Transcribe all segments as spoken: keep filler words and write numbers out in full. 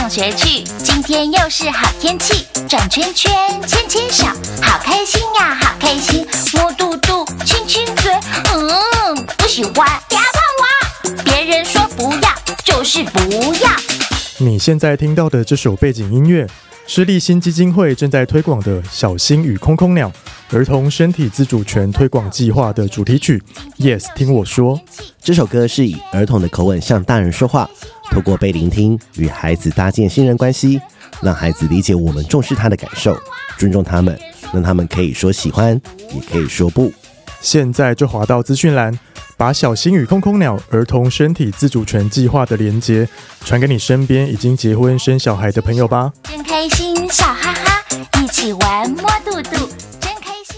上学去，今天又是好天气，转圈圈，牵牵手，好开心呀，好开心，摸肚肚，亲亲嘴，嗯，不喜欢，不要碰我，别人说不要，就是不要。 你现在听到的这首背景音乐是立新基金会正在推广的小星与空空鸟儿童身体自主权推广计划的主题曲 Yes 听我说。 这首歌是以儿童的口吻向大人说话，透过被聆听与孩子搭建信任关系，让孩子理解我们重视他的感受，尊重他们，让他们可以说喜欢也可以说不。 现在就滑到资讯栏，把小星与空空鸟儿童身体自主权计划的连结传给你身边已经结婚生小孩的朋友吧。 真开心，笑哈哈，一起玩摸肚肚，真开心。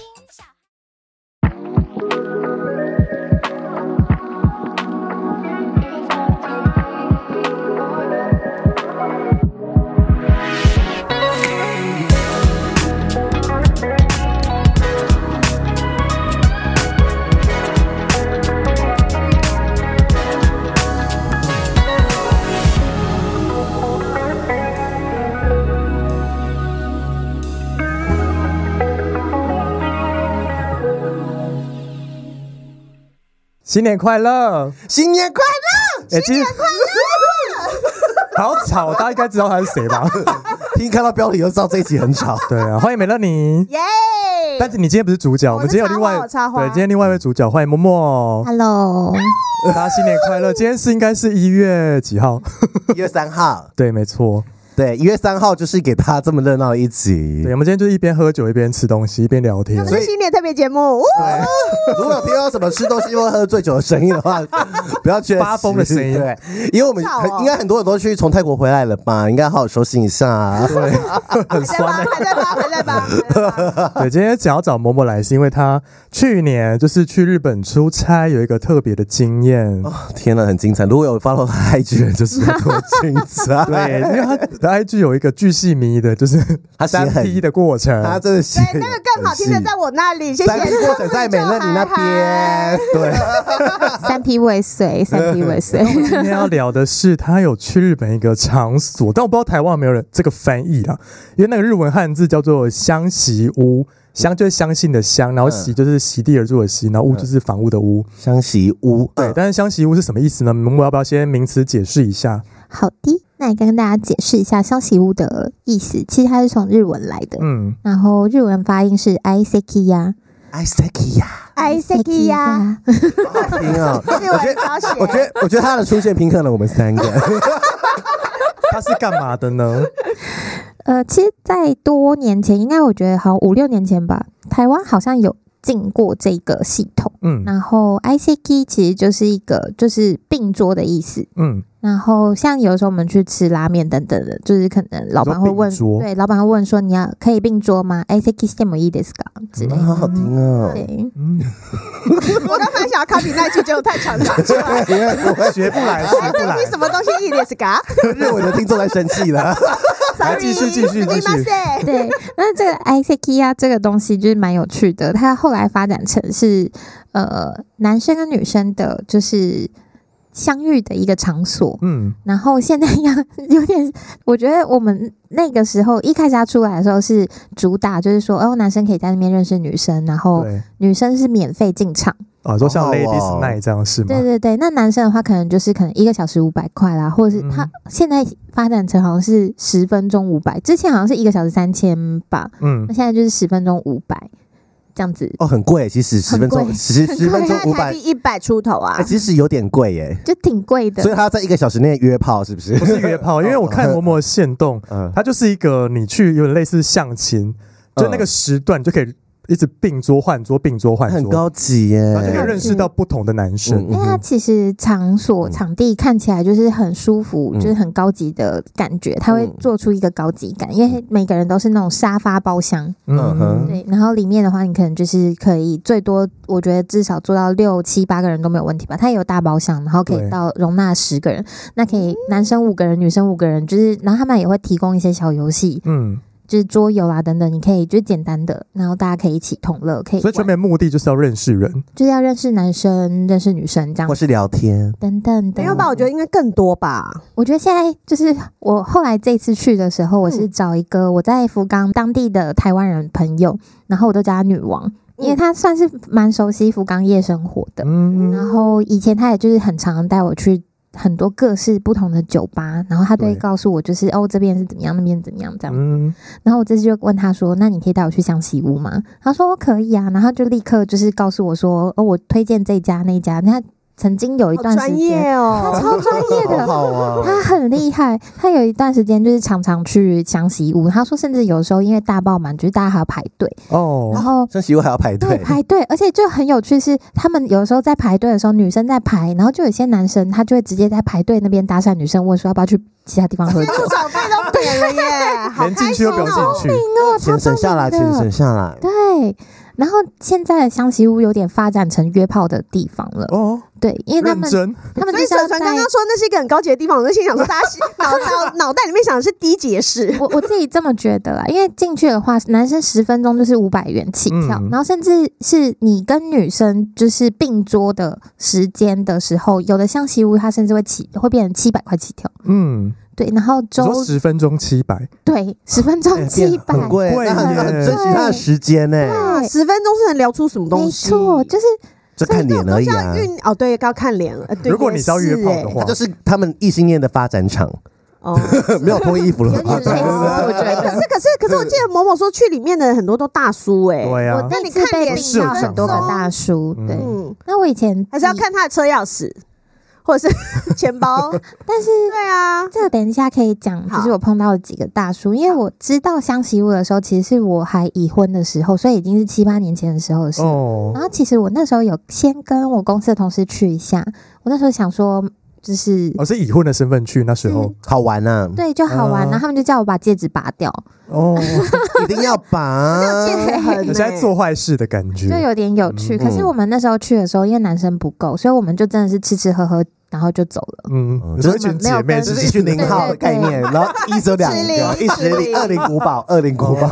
新年快乐！ 新年快乐！ 欸、新年快乐！好吵，大家应该知道他是谁吧？ 听看到标题就知道这一集很吵。 对啊，欢迎美乐妮。 耶！ 但是你今天不是主角，我们今天有另外对，今天另外一位主角，欢迎默默。 Hello， 大家新年快乐！今天是应该是一月几号？ 一月三号。 对，没错。 对，一月三号就是给大家这么热闹的一集。 对，我们今天就是一边喝酒一边吃东西一边聊天。 这是新年特别节目。 对，如果有听到什么吃东西或喝醉酒的声音的话，不要觉得发疯的声音。对， 因为我们应该很多人都去从泰国回来了吧，应该好好休息一下啊。 对，很酸的。 还在吧，还在吧。 对，今天想要找嬷嬷来，是因为她去年就是去日本出差，有一个特别的经验。 哦，天哪，很精彩！如果有 follow 他 I G 的，就是有多精彩。 对，因为他的 I G 有一个巨细靡的，就是他三 P 的过程， 他真的是对那个更好听的在我那里，谢谢。 三 P 过程在美乐妮那边，对， 三 P 未遂，三 P 未遂。 今天要聊的是他有去日本一个场所，但我不知道台湾有没有人这个翻译啦，因为那个日文汉字叫做相习屋。相就是相信的相，然后席就是席地而坐的席，然后屋就是房屋的屋。 相习屋， 对，但是相习屋是什么意思呢？我要不要先名词解释一下？ 好的，那也跟大家解释一下相习屋的意思。其实它是从日文来的，嗯，然后日文发音是 Aisekiya。 Aisekiya， Aisekiya， 好好听哦。我觉得，我觉得，我觉得他的出现平衡了我们三个。 他是干嘛的呢？ 呃，其实，在多年前，应该我觉得好五六年前吧，台湾好像有进过这个系统。嗯，然后 I C K 其实就是一个就是并桌的意思。嗯，然后像有时候我们去吃拉面等等的，就是可能老板会问，对，老板会问说你要可以并桌吗 ？I C K してもいいですか之类的。 好好听哦。 对，嗯，我刚才想要 copy 那句，结果太长了， 学不来，学不来。 什么东西いいですか？ 日文的听众在生气了。 来继续继续继续。 对，那这个 I C K 啊，这个东西就是蛮有趣的。它后来发展成是呃男生跟女生的，就是相遇的一个场所。嗯，然后现在要有点，我觉得我们那个时候一开始它出来的时候是主打，就是说哦，男生可以在那边认识女生，然后女生是免费进场。 哦，说像 Ladies Night 这样是吗？ 对对对，那男生的话可能就是可能一个小时五百块啦，或者是他现在发展成好像是十分钟五百，之前好像是一个小时三千吧，嗯，那现在就是十分钟五百这样子。 哦，很贵，其实十分钟十十分钟五百， 一百出头啊， 欸，其实有点贵耶， 就挺贵的。 所以他在一个小时内约炮是不是？ 不是约炮，因为我看嬷嬷的限动，嗯，它就是一个你去有点类似相亲，就那个时段就可以。一直并桌换桌并桌换桌， 很高级耶， 然后就可以认识到不同的男生。 因为它其实场所场地看起来就是很舒服，嗯，就是很高级的感觉，它会做出一个高级感，因为每个人都是那种沙发包厢，嗯哼，对，然后里面的话你可能就是可以最多，我觉得至少做到六七八个人都没有问题吧。它也有大包厢，然后可以到容纳十个人，那可以男生五个人，女生五个人，就是然后他们也会提供一些小游戏，嗯。 就是桌游啊等等，你可以就简单的，然后大家可以一起同乐，可以。 所以全面目的就是要认识人， 就是要认识男生、认识女生这样， 或是聊天等等的。 没有吧？我觉得应该更多吧。 我觉得现在就是我后来这次去的时候，我是找一个我在福冈当地的台湾人朋友，然后我都叫她女王。因为他算是蛮熟悉福冈夜生活的，嗯，然后以前他也就是很常带我去很多各式不同的酒吧，然后他都会告诉我就是哦这边是怎么样，那边怎么样这样，嗯，然后我这次就问他说，那你可以带我去湘西屋吗？他说我可以啊，然后就立刻就是告诉我说哦我推荐这家那家，他曾经有一段时间， 哦、 他超专业的， 好啊、 他很厉害。他有一段时间就是常常去湘西屋，他说甚至有时候因为大爆满，就是大家还要排队哦，然后湘西屋还要排队， 对，排队，而且就很有趣是，他们有时候在排队的时候，女生在排，然后就有些男生他就会直接在排队那边搭讪女生，问说要不要去其他地方喝酒， 小费都点了耶， 连进去都不用进去， 哦， 钱省下来，钱省下来， 对。然后现在的湘西屋有点发展成约炮的地方了哦，对，因为他们他们所以沈传刚刚说那是一个很高级的地方，我就心想说大家脑脑脑袋里面想的是低节式， 我我自己这么觉得啦，因为进去的话，男生十分钟就是五百元起跳，嗯、然后甚至是你跟女生就是并桌的时间的时候，有的湘西屋它甚至会起会变成七百块起跳，嗯。对，然后周十分钟七百， 对，十分钟七百， 很贵，那很很珍惜他的时间呢。 对，十分钟是能聊出什么东西？ 没错，就是就看脸而已啊。 哦，对，要看脸了。 如果你是要约炮的话， 就是他们异性恋的发展场。哦，没有脱衣服了， 有点类似，我觉得。 可是可是可是，我记得某某说去里面的很多都大叔哎。 对啊， 我那你看被并到很多个大叔，对。那我以前还是要看他的车钥匙。或者是钱包， 但是对啊， 这个等一下可以讲，就是我碰到了几个大叔，因为我知道湘西屋的时候，其实是我还已婚的时候，所以已经是七八年前的时候的事。哦，然后其实我那时候有先跟我公司的同事去一下，我那时候想说。就是哦，是已婚的身份去那时候、嗯、 好玩啊， 对，就好玩。然后、啊、他们就叫我把戒指拔掉。 哦，一定要拔， 你在做坏事的感觉， 就有点有趣。嗯、可是我们那时候去的时候，因为男生不够，所以我们就真的是吃吃喝喝。然后就走了， 嗯，就是一群姐妹， 就是一群零号的概念，然后一折两个，一十零二零古堡，二零古堡。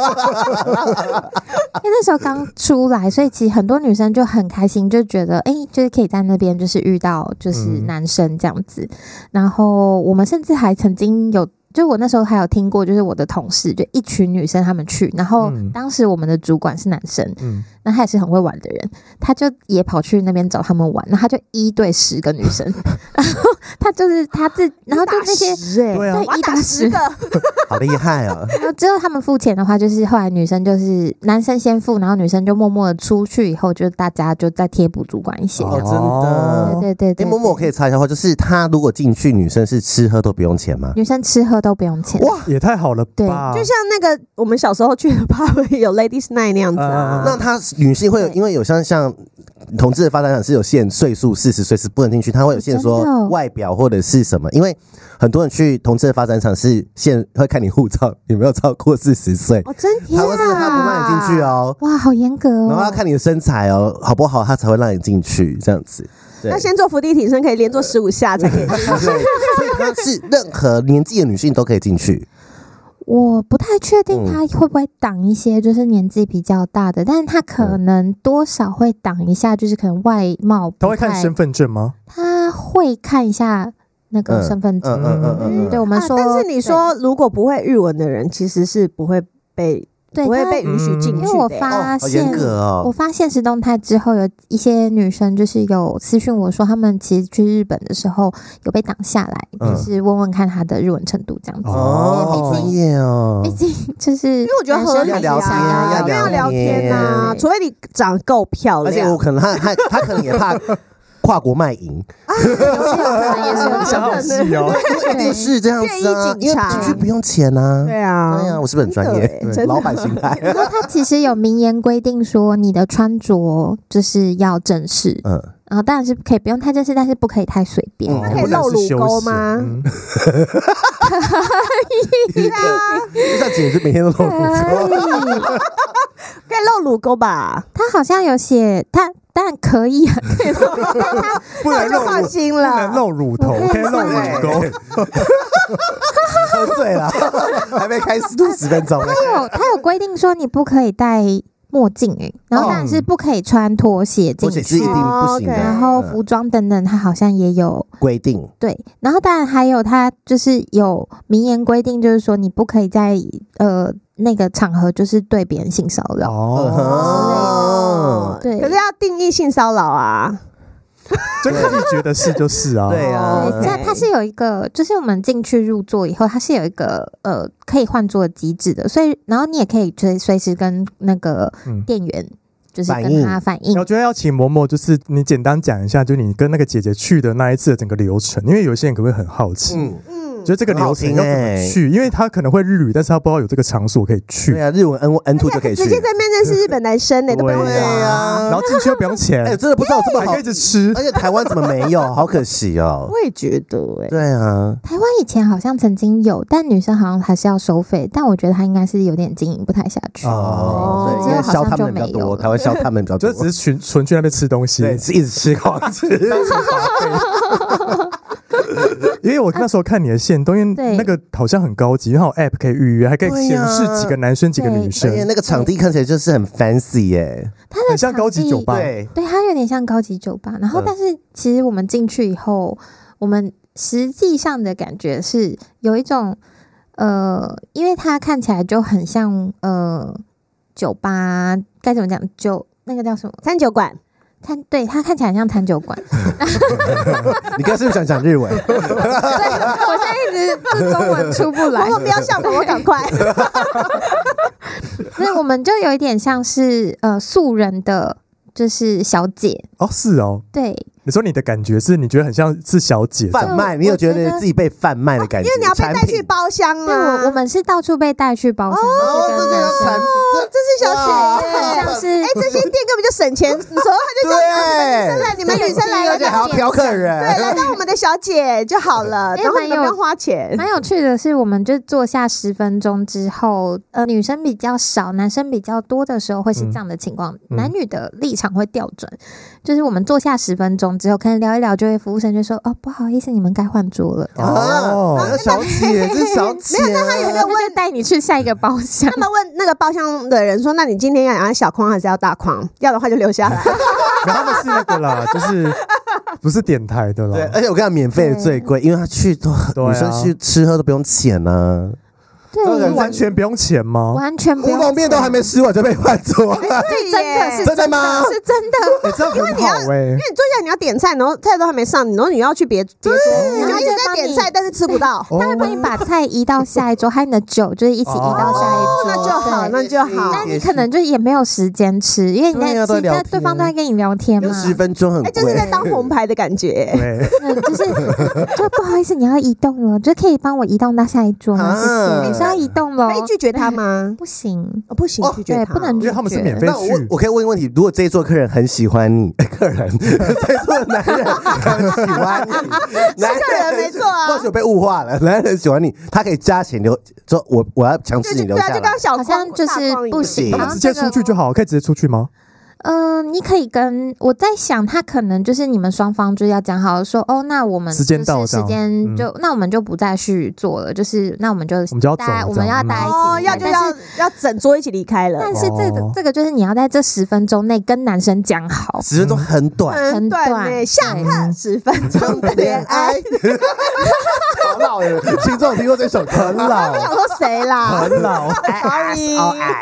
因为那时候刚出来，所以其实很多女生就很开心，就觉得哎、欸，就是可以在那边就是遇到就是男生这样子。嗯、然后我们甚至还曾经有。就我那时候还有听过，就是我的同事就一群女生她们去，然后当时我们的主管是男生，嗯，那他也是很会玩的人，他就也跑去那边找他们玩，然后他就一对十个女生，然后他就是他自，然后就那些对对一打十个， 好厉害啊！ 然后之后他们付钱的话，就是后来女生就是男生先付，然后女生就默默的出去以后，就大家就再贴补主管一些， 哦，真的， 对对对对。 哎，默默可以查一下话，就是他如果进去，女生是吃喝都不用钱吗？ 女生吃喝都不用钱， 哇，也太好了吧！ 对， 就像那个我们小时候去的 pub 有 ladies night 那样子啊。 呃、那他女性会有，因为有像像同志的发展场是有限岁数，四十岁是不能进去，他会有限说外表或者是什么，因为很多人去同志的发展场是限会看你护照有没有超过四十岁， 哦，真的、啊， 他会是他不让你进去哦， 哇，好严格哦， 然后要看你的身材哦，好不好，他才会让你进去这样子。 那先做伏地挺身，可以连做十五下才可以进去。 所以他是任何年纪的女性都可以进去。 我不太确定他会不会挡一些就是年纪比较大的，嗯、但是他可能多少会挡一下，就是可能外貌。 他会看身份证吗？ 他会看一下那个身份证。嗯嗯嗯嗯嗯。对我们说、 啊，但是你说如果不会日文的人，其实是不会被。 对， 不会被允许进去的、欸。 因为我发现， 哦哦、 我发现实动态之后，有一些女生就是有私讯我说，她们其实去日本的时候有被挡下来，嗯、就是问问看她的日文程度这样子。 哦，好专业哦！ 毕竟就是因为我觉得合理啊， 聊天要要聊天啊，除非你长得够漂亮。 而且我可能他他他可能也怕。跨国卖淫啊，有可能也是有可能哦， 一定是这样子啊，因为进去不用钱啊。 对啊， 对啊，我是不是很专业？老板心态。 然后他其实有明言规定说，你的穿着就是要正式，嗯，然后当然是可以不用太正式，但是不可以太随便。 那可以露乳沟吗？ 可以啊，就像姐是每天都露乳沟， 可以露乳沟吧？ 他好像有写他。当然可以啊，可以露，但他不能就放心了， 不能露乳头，可以露乳沟。 喝醉了，还没开始录十分钟。 他有他有规定说你不可以戴墨镜哎、欸，然后当然是不可以穿拖鞋进去， 拖鞋是一定不行的。 然后服装等等，他好像也有规定。对， 然后当然还有他就是有明言规定，就是说你不可以在呃那个场合就是对别人性骚扰哦，对，可是要定义性骚扰啊。 就你自己觉得是就是啊， 对啊， 对，它它是有一个，就是我们进去入座以后，它是有一个呃可以换座的机制的，所以然后你也可以随随时跟那个店员。嗯就是跟他反映， 我觉得要请嬷嬷，就是你简单讲一下，就你跟那个姐姐去的那一次的整个流程，因为有些人可能会很好奇，嗯嗯，就这个流程要怎么去，因为他可能会日语，但是他不知道有这个场所可以去。 对啊，日文 N N two 就可以去， 直接在面认识日本男生呢，都不用对啊， 然后进去又不用钱， 哎，真的不知道这么好， 还可以一直吃， 而且台湾怎么没有？好可惜哦。 我也觉得，哎， 对啊， 台湾以前好像曾经有，但女生好像还是要收费，但我觉得他应该是有点经营不太下去哦，因为销他们比较多，台湾销他们比较多。 只是纯纯去那边吃东西， 对，是一直吃狂吃。 因为我那时候看你的线动，因为那个好像很高级，因为有 app 可以预约，还可以显示几个男生、几个女生。 而且那个场地看起来就是很 fancy 耶， 它的很像高级酒吧。 对， 对，它有点像高级酒吧。然后，但是其实我们进去以后，我们实际上的感觉是有一种呃，因为它看起来就很像呃酒吧，该怎么讲？酒那个叫什么？ 餐酒馆。 餐对，它看起来很像餐酒馆。 你刚才是不是想讲日文？ 对，我现在一直就中文出不来。 我不要笑，我赶快。 所以我们就有一点像是呃素人的，就是小姐哦，是哦， 对。 你说你的感觉是你觉得很像是小姐贩卖，你有觉得自己被贩卖的感觉？ 因为你要被带去包厢啊。 对，我我们是到处被带去包厢。 哦， 这是产品， 这是小姐， 很像是哎，这些店根本就省钱，你说他就叫你们女生来， 而且还要挑客人， 对，来当我们的小姐就好了，然后你们不用花钱。 蛮有趣的是，我们就坐下十分钟之后，呃，女生比较少，男生比较多的时候会是这样的情况，男女的立场会调转，就是我们坐下十分钟之后，可能聊一聊。就会服务生就说：“哦，不好意思，你们该换桌了。” 哦，小姐，这小姐， 没有，那他有没有问带你去下一个包厢？ 他们问那个包厢的人说：“那你今天要要小框还是要大框？要的话就留下来。” 然后他们是那个啦，就是不是点台的啦。 对，而且我跟你讲，免费的最贵，因为他去都女生去吃喝都不用钱呢。 对， 完全不用钱吗？ 完全不用钱， 乌龙面都还没吃完就被换桌了， 这真的是真的吗？ 是真的， 欸、这样很好哎、欸， 因为你坐下你要点菜，然后菜都还没上，然后你要去别别桌，你要一直在点菜，但是吃不到， 他会帮你把菜移到下一桌，还有你的酒就是一起移到下一桌， 那就好，那就好。 但你可能就也没有时间吃，因为你在吃，但对方都在跟你聊天嘛， 十分钟很贵， 就是在当红牌的感觉， 对， 就是就不好意思，你要移动了，就可以帮我移动到下一桌吗？谢谢，你是要移动了。 可以拒绝他吗？ 不行， 哦，不行，拒绝他， 不能拒绝， 因为他们是免费去。 那我我可以问一个问题：如果这一桌客人很喜欢你，客人这一桌男人很喜欢你， 男人没错啊， 或许被物化了，男人喜欢你，他可以加钱留，说我我要强制你留下来， 就刚小好像就是不行， 他们直接出去就好，可以直接出去吗？ 嗯、呃，你可以跟我在想，他可能就是你们双方就是要讲好说，哦，那我们时间到， 时间就、嗯、那我们就不再去做了，就是那我们就我们就要走， 我们要大家一起、 哦，要就要要整桌一起离开了。 但是这个、哦、这个就是你要在这十分钟内跟男生讲好， 十分钟很短， 很短诶，下课十分钟的恋爱。 好老人，听众听过这首歌很老， 我想说谁啦？ 很老 ，sorry。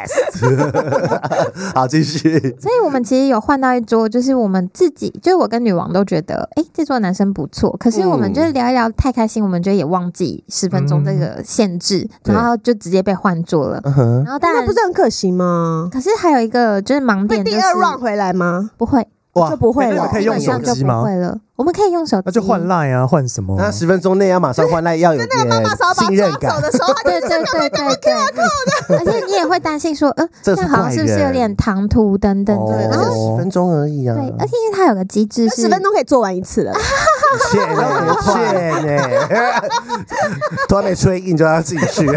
好，继续。 所以我们其实有换到一桌，就是我们自己，就是我跟女王都觉得，哎、欸，这桌男生不错。可是我们就是聊一聊太开心，我们就也忘记十分钟这个限制，嗯、然后就直接被换桌了。 嗯、 然后当然不是很可惜吗？ 可是还有一个就是盲点、就是， 会第二 round 回来吗？ 不会。 就不会了， 可以用手机吗？ 不会了，我们可以用手机， 那就换 line 啊，换什么？ 那十分钟内要马上换 line， 要有点信任感。 的时候， 对对对对对，而且你也会担心说，呃，这样好像是不是有点唐突等等的？然后十分钟而已啊。 对，而且因为它有个机制是十分钟可以做完一次了。 谢呢，谢呢，突然没吹硬就要进去。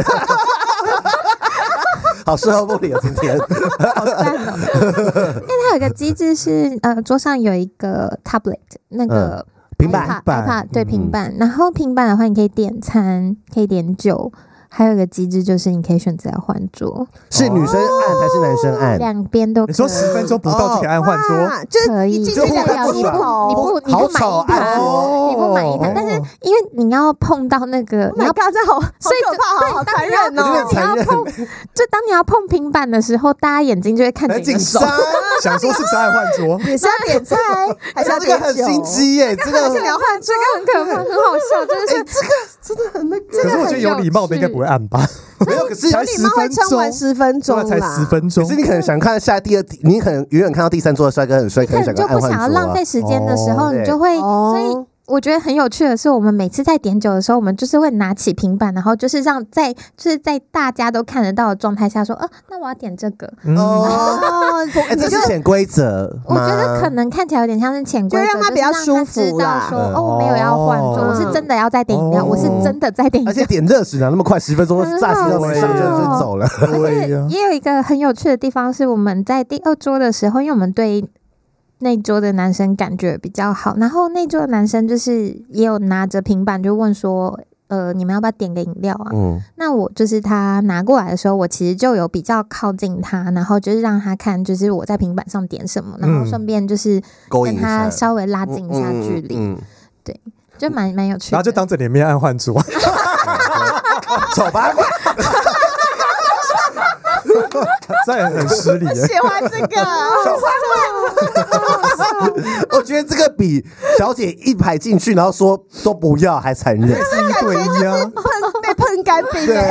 好事后不理了，今天好赞哦！因为它有一个机制是，呃，桌上有一个 tablet 那个平板 iPad 对平板，然后平板的话，你可以点餐，可以点酒。还有一个机制就是你可以选择要换桌， 是女生按还是男生按？ 两边都可以。 你说十分钟不到就可以按换桌， 就可以， 就代表你不你不你不满意它，你不满意它，但是因为你要碰到那个，你要刚才好，所以可怕，好残忍哦！ 你要碰，就当你要碰平板的时候，大家眼睛就会看着你的手， 想说是不是按换桌？ 你是要点菜还是要点酒？ 这个很心机耶，这个你要换桌， 这个很可怕，很好笑，就是这个真的很那个。 可是我觉得有礼貌的应该不会按吧？ 没有，可是有礼貌会撑完十分钟啦， 才十分钟。 可是你可能想看下第二，你可能远远看到第三桌的帅哥很帅，可能想就不想要浪费时间的时候，你就会，所以。我觉得很有趣的是，我们每次在点酒的时候，我们就是会拿起平板，然后就是让在就是在大家都看得到的状态下说，呃，那我要点这个。 哦，哎，这是潜规则。 我觉得可能看起来有点像是潜规则， 就让他比较舒服啦。 说哦，我没有要换桌，我是真的要再点饮料，我是真的在点饮料。 而且点热水哪那么快，十分钟炸鸡都没上就就走了。 而且也有一个很有趣的地方是，我们在第二桌的时候，因为我们对那桌的男生感觉比较好，然后那桌的男生就是也有拿着平板就问说，呃，你们要不要点个饮料啊？嗯，那我就是他拿过来的时候，我其实就有比较靠近他，然后就是让他看，就是我在平板上点什么，然后顺便就是跟他稍微拉近一下距离，嗯嗯嗯、对，就蛮蛮有趣的。 然后就当着你面按换桌， 丑八怪。 这也很失礼耶！ 喜欢这个， 我觉得这个比小姐一排进去，然后说都不要还残忍， 是一对一啊， 喷被喷干冰。 对，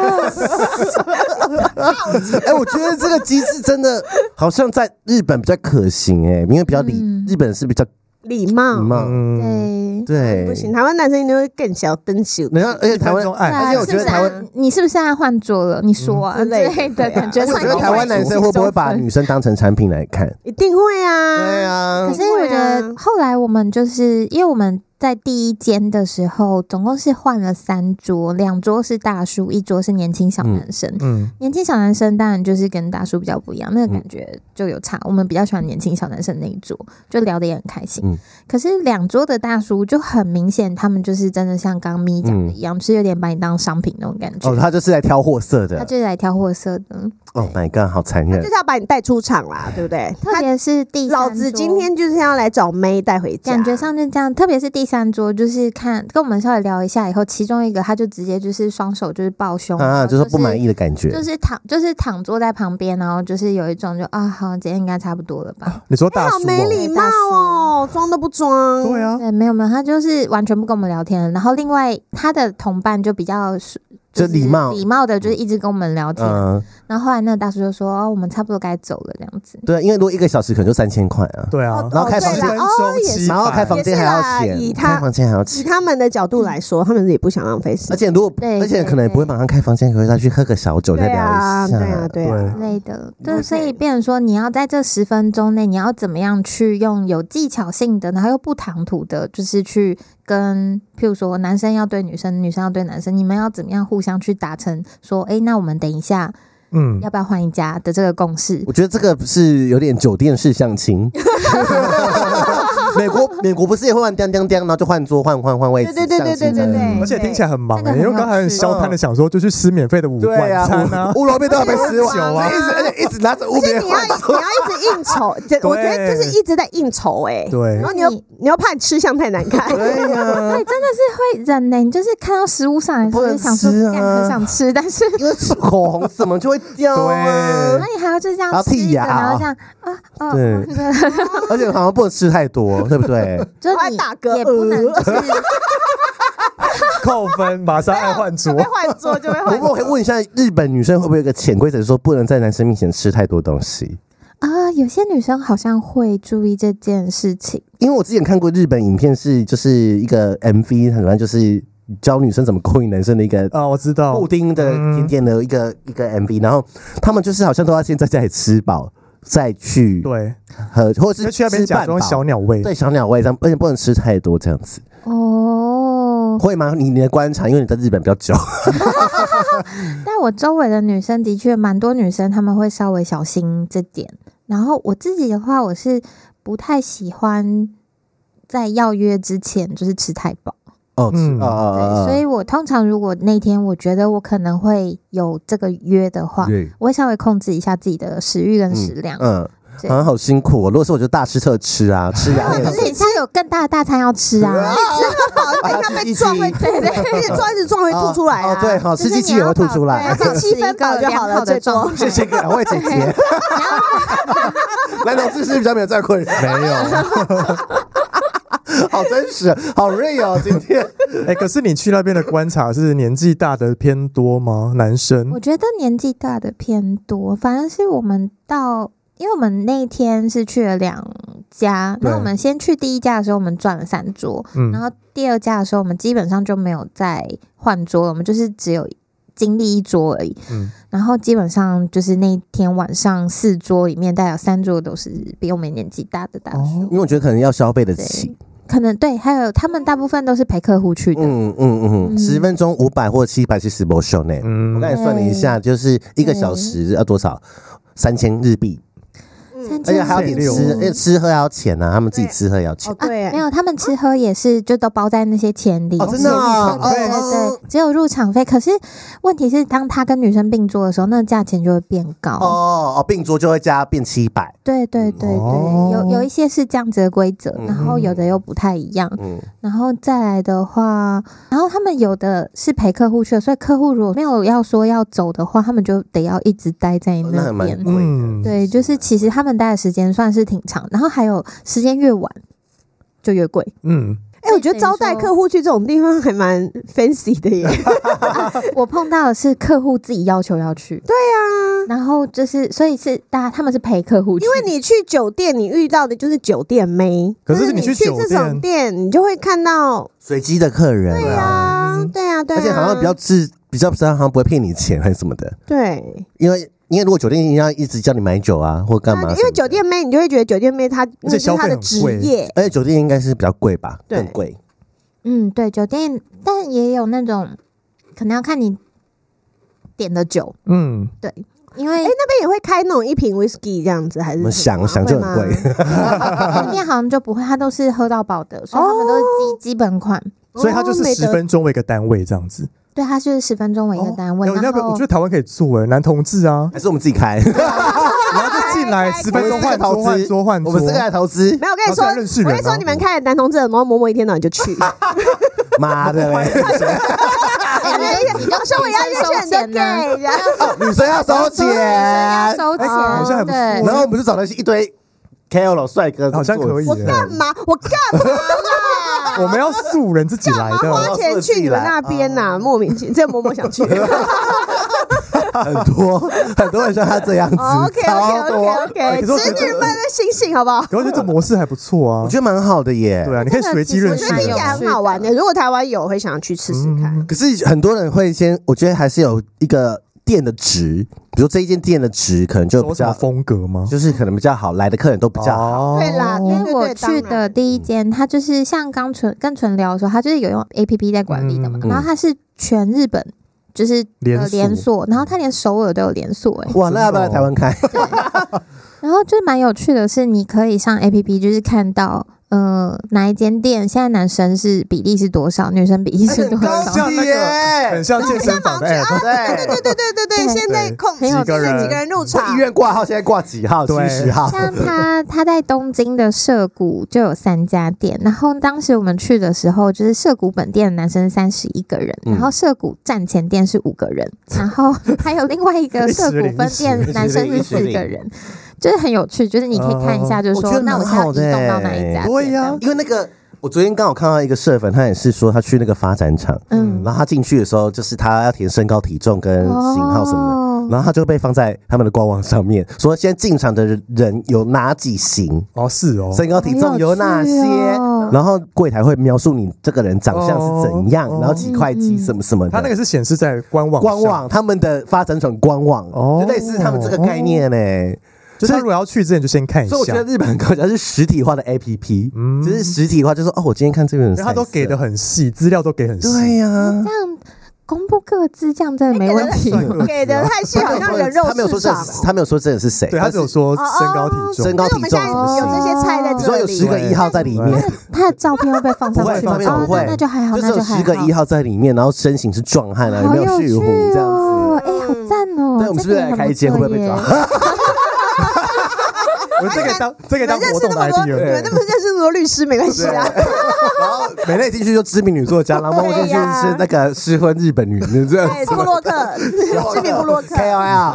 哎，我觉得这个机制真的好像在日本比较可行哎，因为比较礼，嗯、日本是比较礼貌， 礼貌， 对。 对， 不行，台湾男生一定会更小灯秀。 然后，而且台湾，而且我觉得台湾， 你是不是按换桌了？你说啊，之类的感觉。 我觉得台湾男生会不会把女生当成产品来看？ 一定会啊， 对啊。 可是我觉得后来我们就是因为我们在第一间的时候，总共是换了三桌，两桌是大叔，一桌是年轻小男生。嗯，年轻小男生当然就是跟大叔比较不一样，那个感觉就有差。我们比较喜欢年轻小男生那一桌，就聊得也很开心。嗯，可是两桌的大叔就很明显，他们就是真的像刚咪讲的一样，嗯、就是有点把你当商品那种感觉。 哦，他就是来挑货色的， 他就是来挑货色的。 Oh my god， 好残忍！ 就是要把你带出场啦，对不对？ 特别是第三桌， 老子今天就是要来找妹带回家， 感觉上就这样。特别是第三桌，就是看跟我们稍微聊一下以后，其中一个他就直接就是双手就是抱胸啊，就是不满意的感觉， 就是躺就是躺坐在旁边，然后就是有一种就啊，好，今天应该差不多了吧？ 你说大叔、哦欸、好没礼貌哦，装都不装。 对啊， 对，没有没有，他就是完全不跟我们聊天。然后另外他的同伴就比较。 就礼貌礼貌的，就是一直跟我们聊天。嗯、然后后来那个大叔就说：“哦，我们差不多该走了，这样子。” 对，因为如果一个小时可能就三千块啊。 对啊， 然后开房间， 哦， 然后开房间还要钱， 以他开房间还要钱。 以他们的角度来说，他们也不想浪费时间。 而且如果，而且可能也不会马上开房间，可以再去喝个小酒，再聊一下。 对啊，对啊， 之类的。对，所以变成说，你要在这十分钟内，你要怎么样去用有技巧性的，然后又不唐突的，就是去。跟譬如说男生要对女生，女生要对男生，你们要怎么样互相去达成说，哎、欸，那我们等一下，嗯，要不要换一家的这个共识？ 我觉得这个是有点酒店式相亲。美国美国不是也会换叮叮叮，然后就换桌换换换位置， 对对对对对对， 而且听起来很忙哎、欸，因为刚才很消摊的想说就去吃免费的午晚餐啊， 乌龙面都要被吃完，啊、一直而且一直拿着乌面， 你要你要一直应酬，我觉得就是一直在应酬哎、欸， 对， 然后你又你又怕吃相太难看， 对呀、啊， 对，真的是会忍呢、欸，你就是看到食物上来的时候就想说很想吃，但是因为口红什么就会掉啊， 那你还要就这样吃，剔牙， 然后这样啊哦， 对，而且好像不能吃太多，对不对？ 就你也不能就是扣分，马上按换桌， 被换桌就会换桌。 不过我可以问一下，日本女生会不会有一个潜规则，说不能在男生面前吃太多东西啊？有些女生好像会注意这件事情， 因为我之前看过日本影片，是就是一个 M V， 很像就是教女生怎么勾引男生的一个啊，我知道布丁的甜甜的一个、嗯、一个 M V， 然后他们就是好像都要先在家里吃饱。再去对， 和或者是去那边假装小鸟胃， 对小鸟胃这样，而且不能吃太多这样子。 哦， 会吗？你你的观察，因为你在日本比较久。 但我周围的女生的确蛮多女生，她们会稍微小心这点。然后我自己的话，我是不太喜欢在要约之前就是吃太饱。 哦， 嗯啊对，所以我通常如果那天我觉得我可能会有这个约的话，我会稍微控制一下自己的食欲跟食量。 嗯。好像好辛苦哦！如果是我就大吃特吃啊，吃呀。 可是你现在有更大的大餐要吃啊！ 你吃饱，等一下被撞会，对对，一直撞一直撞会吐出来啊！ 哦，对，好，吃鸡鸡也会吐出来。 吃七分饱就好了，最多。 谢谢两位姐姐。男同志是比较没有这样困扰， 没有。 好真实，好 real 今天。 哎，可是你去那边的观察是年纪大的偏多吗？男生？ 我觉得年纪大的偏多，反而是我们到。因为我们那一天是去了两家，那我们先去第一家的时候，我们转了三桌，嗯、然后第二家的时候，我们基本上就没有再换桌了，我们就是只有经历一桌而已。嗯、然后基本上就是那天晚上四桌里面，大概有三桌都是比我们年纪大的大叔，哦、 因为我觉得可能要消费得起。 可能对，还有他们大部分都是陪客户去的， 嗯嗯嗯，十、嗯、分钟五百或七百其实不少呢。嗯，我刚才算了一下，就是一个小时要多少？三千日币。而且还要点吃，因为吃喝要钱啊，他们自己吃喝要钱。 啊、没有，他们吃喝也是就都包在那些钱里。 哦，真的啊？ 对对对，只有入场费。可是问题是，当他跟女生并桌的时候，那个价钱就会变高。 哦哦，并桌就会加变七百。 对对对对，哦、有有一些是这样子的规则，然后有的又不太一样。嗯，然后再来的话，然后他们有的是陪客户去的，所以客户如果没有要说要走的话，他们就得要一直待在那边。 哦、嗯， 对，就是其实他们待的时间算是挺长，然后还有时间越晚就越贵。 嗯，哎、欸，我觉得招待客户去这种地方还蛮 fancy 的耶。 啊、我碰到的是客户自己要求要去。 对啊， 然后就是所以是大家他们是陪客户去， 因为你去酒店，你遇到的就是酒店妹。 可是你去酒店这种店，你就会看到随机的客人、啊。 对啊，对啊，对啊， 而且好像比较自比较好像不会骗你钱还是什么的。 对， 因为。因为如果酒店要一直叫你买酒啊，或干嘛、啊？ 因为酒店妹，你就会觉得酒店妹她那是她的职业， 而且酒店应该是比较贵吧，更贵。 嗯，对，酒店，但也有那种可能要看你点的酒。嗯，对，因为哎、 欸、那边也会开那种一瓶 whisky 这样子，还是我们想想就很贵。 那边好像就不会，他都是喝到饱的，所以他们都是基基本款， 所以他就是十分钟为一个单位这样子。 对，它就是十分钟为一个单位。 哦、然后我觉得台湾可以做哎，男同志啊， 还是我们自己开， 然后就进来十分钟换桌换桌换桌， 我们四个来投资。 没有，我跟你说，我跟你说，你们开的男同志，然后某某一天呢你就去， 妈的嘞！ 你就说我要认识很多 gay， 然后女生要收钱， 要收钱， 好像还不错。 然后我们就找了一堆 K O L 帅哥， 好像可以。 我干嘛？我干嘛啦？ 我们要素人自己来的， 花钱去你们那边呐，莫名其妙，这默默想去。 很多很多人像他这样子 ，OK OK OK OK， 直女们的星星好不好？ 我觉得这模式还不错啊， 我觉得蛮好的耶。 对啊，你可以随机认识， 我觉得听起来很好玩的。如果台湾有，会想去吃吃看。 可是很多人会先，我觉得还是有一个店的值，比如这一间店的值可能就比较风格吗？ 就是可能比较好，来的客人都比较好。 对啦， 因为我去的第一间，它就是像刚纯跟纯聊的时候，它就是有用 A P P 在管理的嘛，然后它是全日本。就是呃连锁，然后他连首尔都有连锁哎、 欸，哇，那要不要来台湾开？ 然后就蛮有趣的是，你可以上 A P P， 就是看到呃哪一间店现在男生是比例是多少，女生比例是多少， 像那个很像健身房的 app， 对对对对对对，现在控制几个人几个人入场， 医院挂号现在挂几号？七十号。 像他他在东京的涩谷就有三家店，然后当时我们去的时候，就是涩谷本店的男生三十一个人，然后涩谷站前店是五个人，然后还有另外一个涩谷分店男生是四个人。就是很有趣，就是你可以看一下，就是说，呃、那我现在要移动到哪一家？ 对呀，因为那个我昨天刚好看到一个社粉，他也是说他去那个发展场，嗯，然后他进去的时候，就是他要填身高、体重跟型号什么的，哦、然后他就被放在他们的官网上面，说现在进场的人有哪几型？ 哦，是哦， 身高体重有哪些？哦、然后柜台会描述你这个人长相是怎样，哦、然后几块肌什么什么的。 他那个是显示在官网， 官网他们的发展场官网，哦，就类似他们这个概念呢、欸。哦就是如果要去之前就先看一下， 所以我觉得日本国家是实体化的 A P P，嗯，就是实体化，就是哦，我今天看这个人， 他都给的很细，资料都给很细， 对呀、啊， 这样公布各自，这样真的没问题。 给的太细，好像人肉市场。 他没有说这人是谁， 对他只有说身高体重， 身高体重有这些菜在这里， 你说有十个一号在里面， 他的照片会被放上去吗？ 不会， 那就还好， 就是有十个一号在里面，然后身形是壮汉啊，有没有蓄胡这样子？ 哎，好赞哦！ 对，我们是不是来开一间？会不会被抓？ 我这个当这个当活动来宾， 你们那么认识那么多律师没关系啊。 然后美类进去就知名女作家，然后我进去是那个失婚日本女人这样子。 部落客，知名部落客 K O L。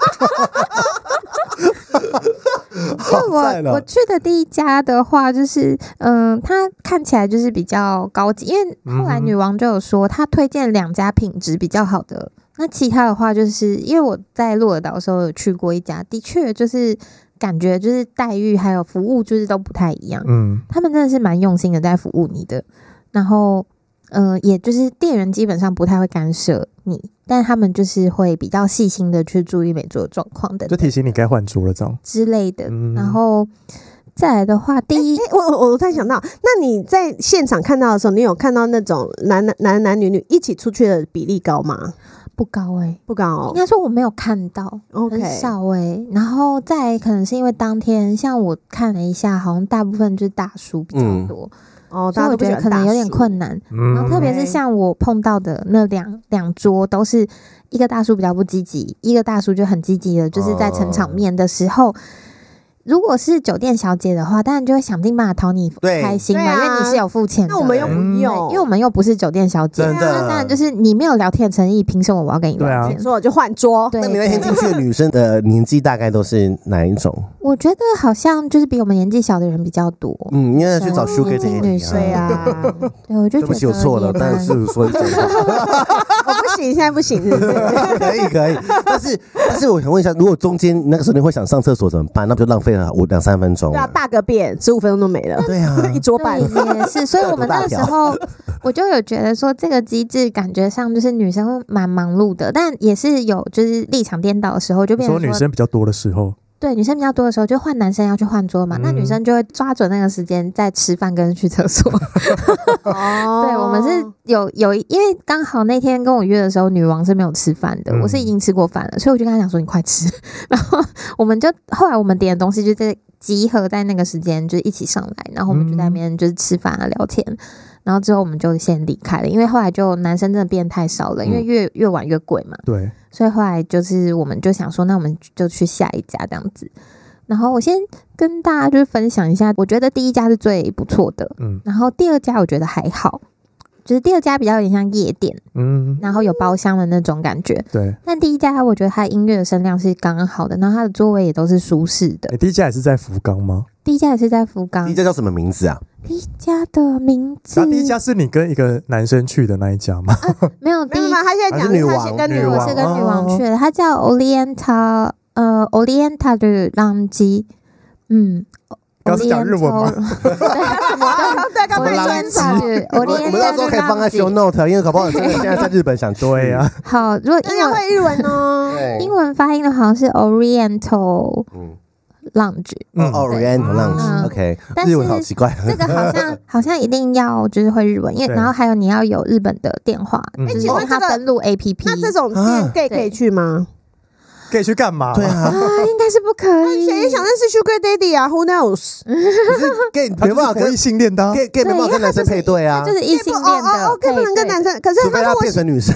就我我去的第一家的话，就是嗯、呃，它看起来就是比较高级，因为后来女王就有说，她推荐两家品质比较好的。那其他的话，就是因为我在鹿儿岛的时候有去过一家，的确就是感觉就是待遇还有服务就是都不太一样。嗯，他们真的是蛮用心的在服务你的，然后呃，也就是店员基本上不太会干涉你，但他们就是会比较细心的去注意每桌的状况的， 就提醒你该换桌了这样之类的。嗯、然后再来的话，第一， 欸欸、我我我突然想到，那你在现场看到的时候，你有看到那种男男男男女女一起出去的比例高吗？ 不高哎、欸， 不高哦。 应该说我没有看到， okay. 很少哎、欸。然后再来可能是因为当天，像我看了一下，好像大部分就是大叔比较多。嗯哦，所以我觉得可能有点困难，嗯、然后特别是像我碰到的那两两桌，都是一个大叔比较不积极，一个大叔就很积极的，就是在撑场面的时候。哦，如果是酒店小姐的话，当然就会想尽办法讨你开心嘛，啊、因为你是有付钱的。 那我们又不用， 因为我们又不是酒店小姐，那当然就是你没有聊天的诚意，凭什么我要跟你聊天？ 所以我就换桌。 那你那天进去的女生的年纪大概都是哪一种？ 我觉得好像就是比我们年纪小的人比较多。 嗯，因为去找 Sugar 这女生啊，对，我就觉得对不起，我错了，但是说真的， 我不行，现在不行，是不是？ 可以可以，但是但是我想问一下，如果中间那个时候你会想上厕所怎么办？那不就浪费了我两三分钟？ 对啊，大个便十五分钟都没了。 对啊， 一桌半也是，所以我们那时候我就有觉得说，这个机制感觉上就是女生蛮忙碌的，但也是有就是立场颠倒的时候，就变成说, 说女生比较多的时候。 对，女生比较多的时候，就换男生要去换桌嘛，嗯、那女生就会抓准那个时间在吃饭跟去厕所。哦，对，我们是有有，因为刚好那天跟我约的时候，女王是没有吃饭的，嗯、我是已经吃过饭了，所以我就跟她讲说：“你快吃。”然后我们就后来我们点的东西就在集合在那个时间，就一起上来，然后我们就在那边就是吃饭啊聊天。然后之后我们就先离开了，因为后来就男生真的变太少了，因为越越晚越贵嘛。 对， 所以后来就是我们就想说，那我们就去下一家这样子。然后我先跟大家就是分享一下，我觉得第一家是最不错的，嗯，然后第二家我觉得还好，就是第二家比较有点像夜店，嗯，然后有包厢的那种感觉， 对。 但第一家我觉得它的音乐的声量是刚刚好的，然后它的座位也都是舒适的。 欸、第一家也是在福冈吗？ 第一家也是在福冈。 第一家叫什么名字啊？ 第一家的名字， 第一家是你跟一个男生去的那一家吗？ 啊、没有，第一他现在讲女王， 他跟女王是跟女王去的，他叫 Oriental 呃 Oriental 的浪机，嗯。 刚是讲日文吗？ 对，什么？对，刚被专场。 我们到时候可以放在 show note， 因为搞不好真的现在在日本想对呀。 好，如果英文会日文呢？ 英文发音的好像是 Oriental Lounge， 嗯 ，Oriental Lounge，OK， 日文好奇怪。 这个好像好像一定要就是会日文，因为然后还有你要有日本的电话，就是让他登录 A P P。 那这种店 gay 可以去吗？ 可以去干嘛？ 对啊， 啊，应该是不可以。 谁想认识 Sugar Daddy 啊 ？Who knows？ 可是 gay 没办法跟异性恋的 ，gay gay 没办法跟男生配对啊， 就是异性恋的 ，OK 不能跟男生，可是除非他变成女生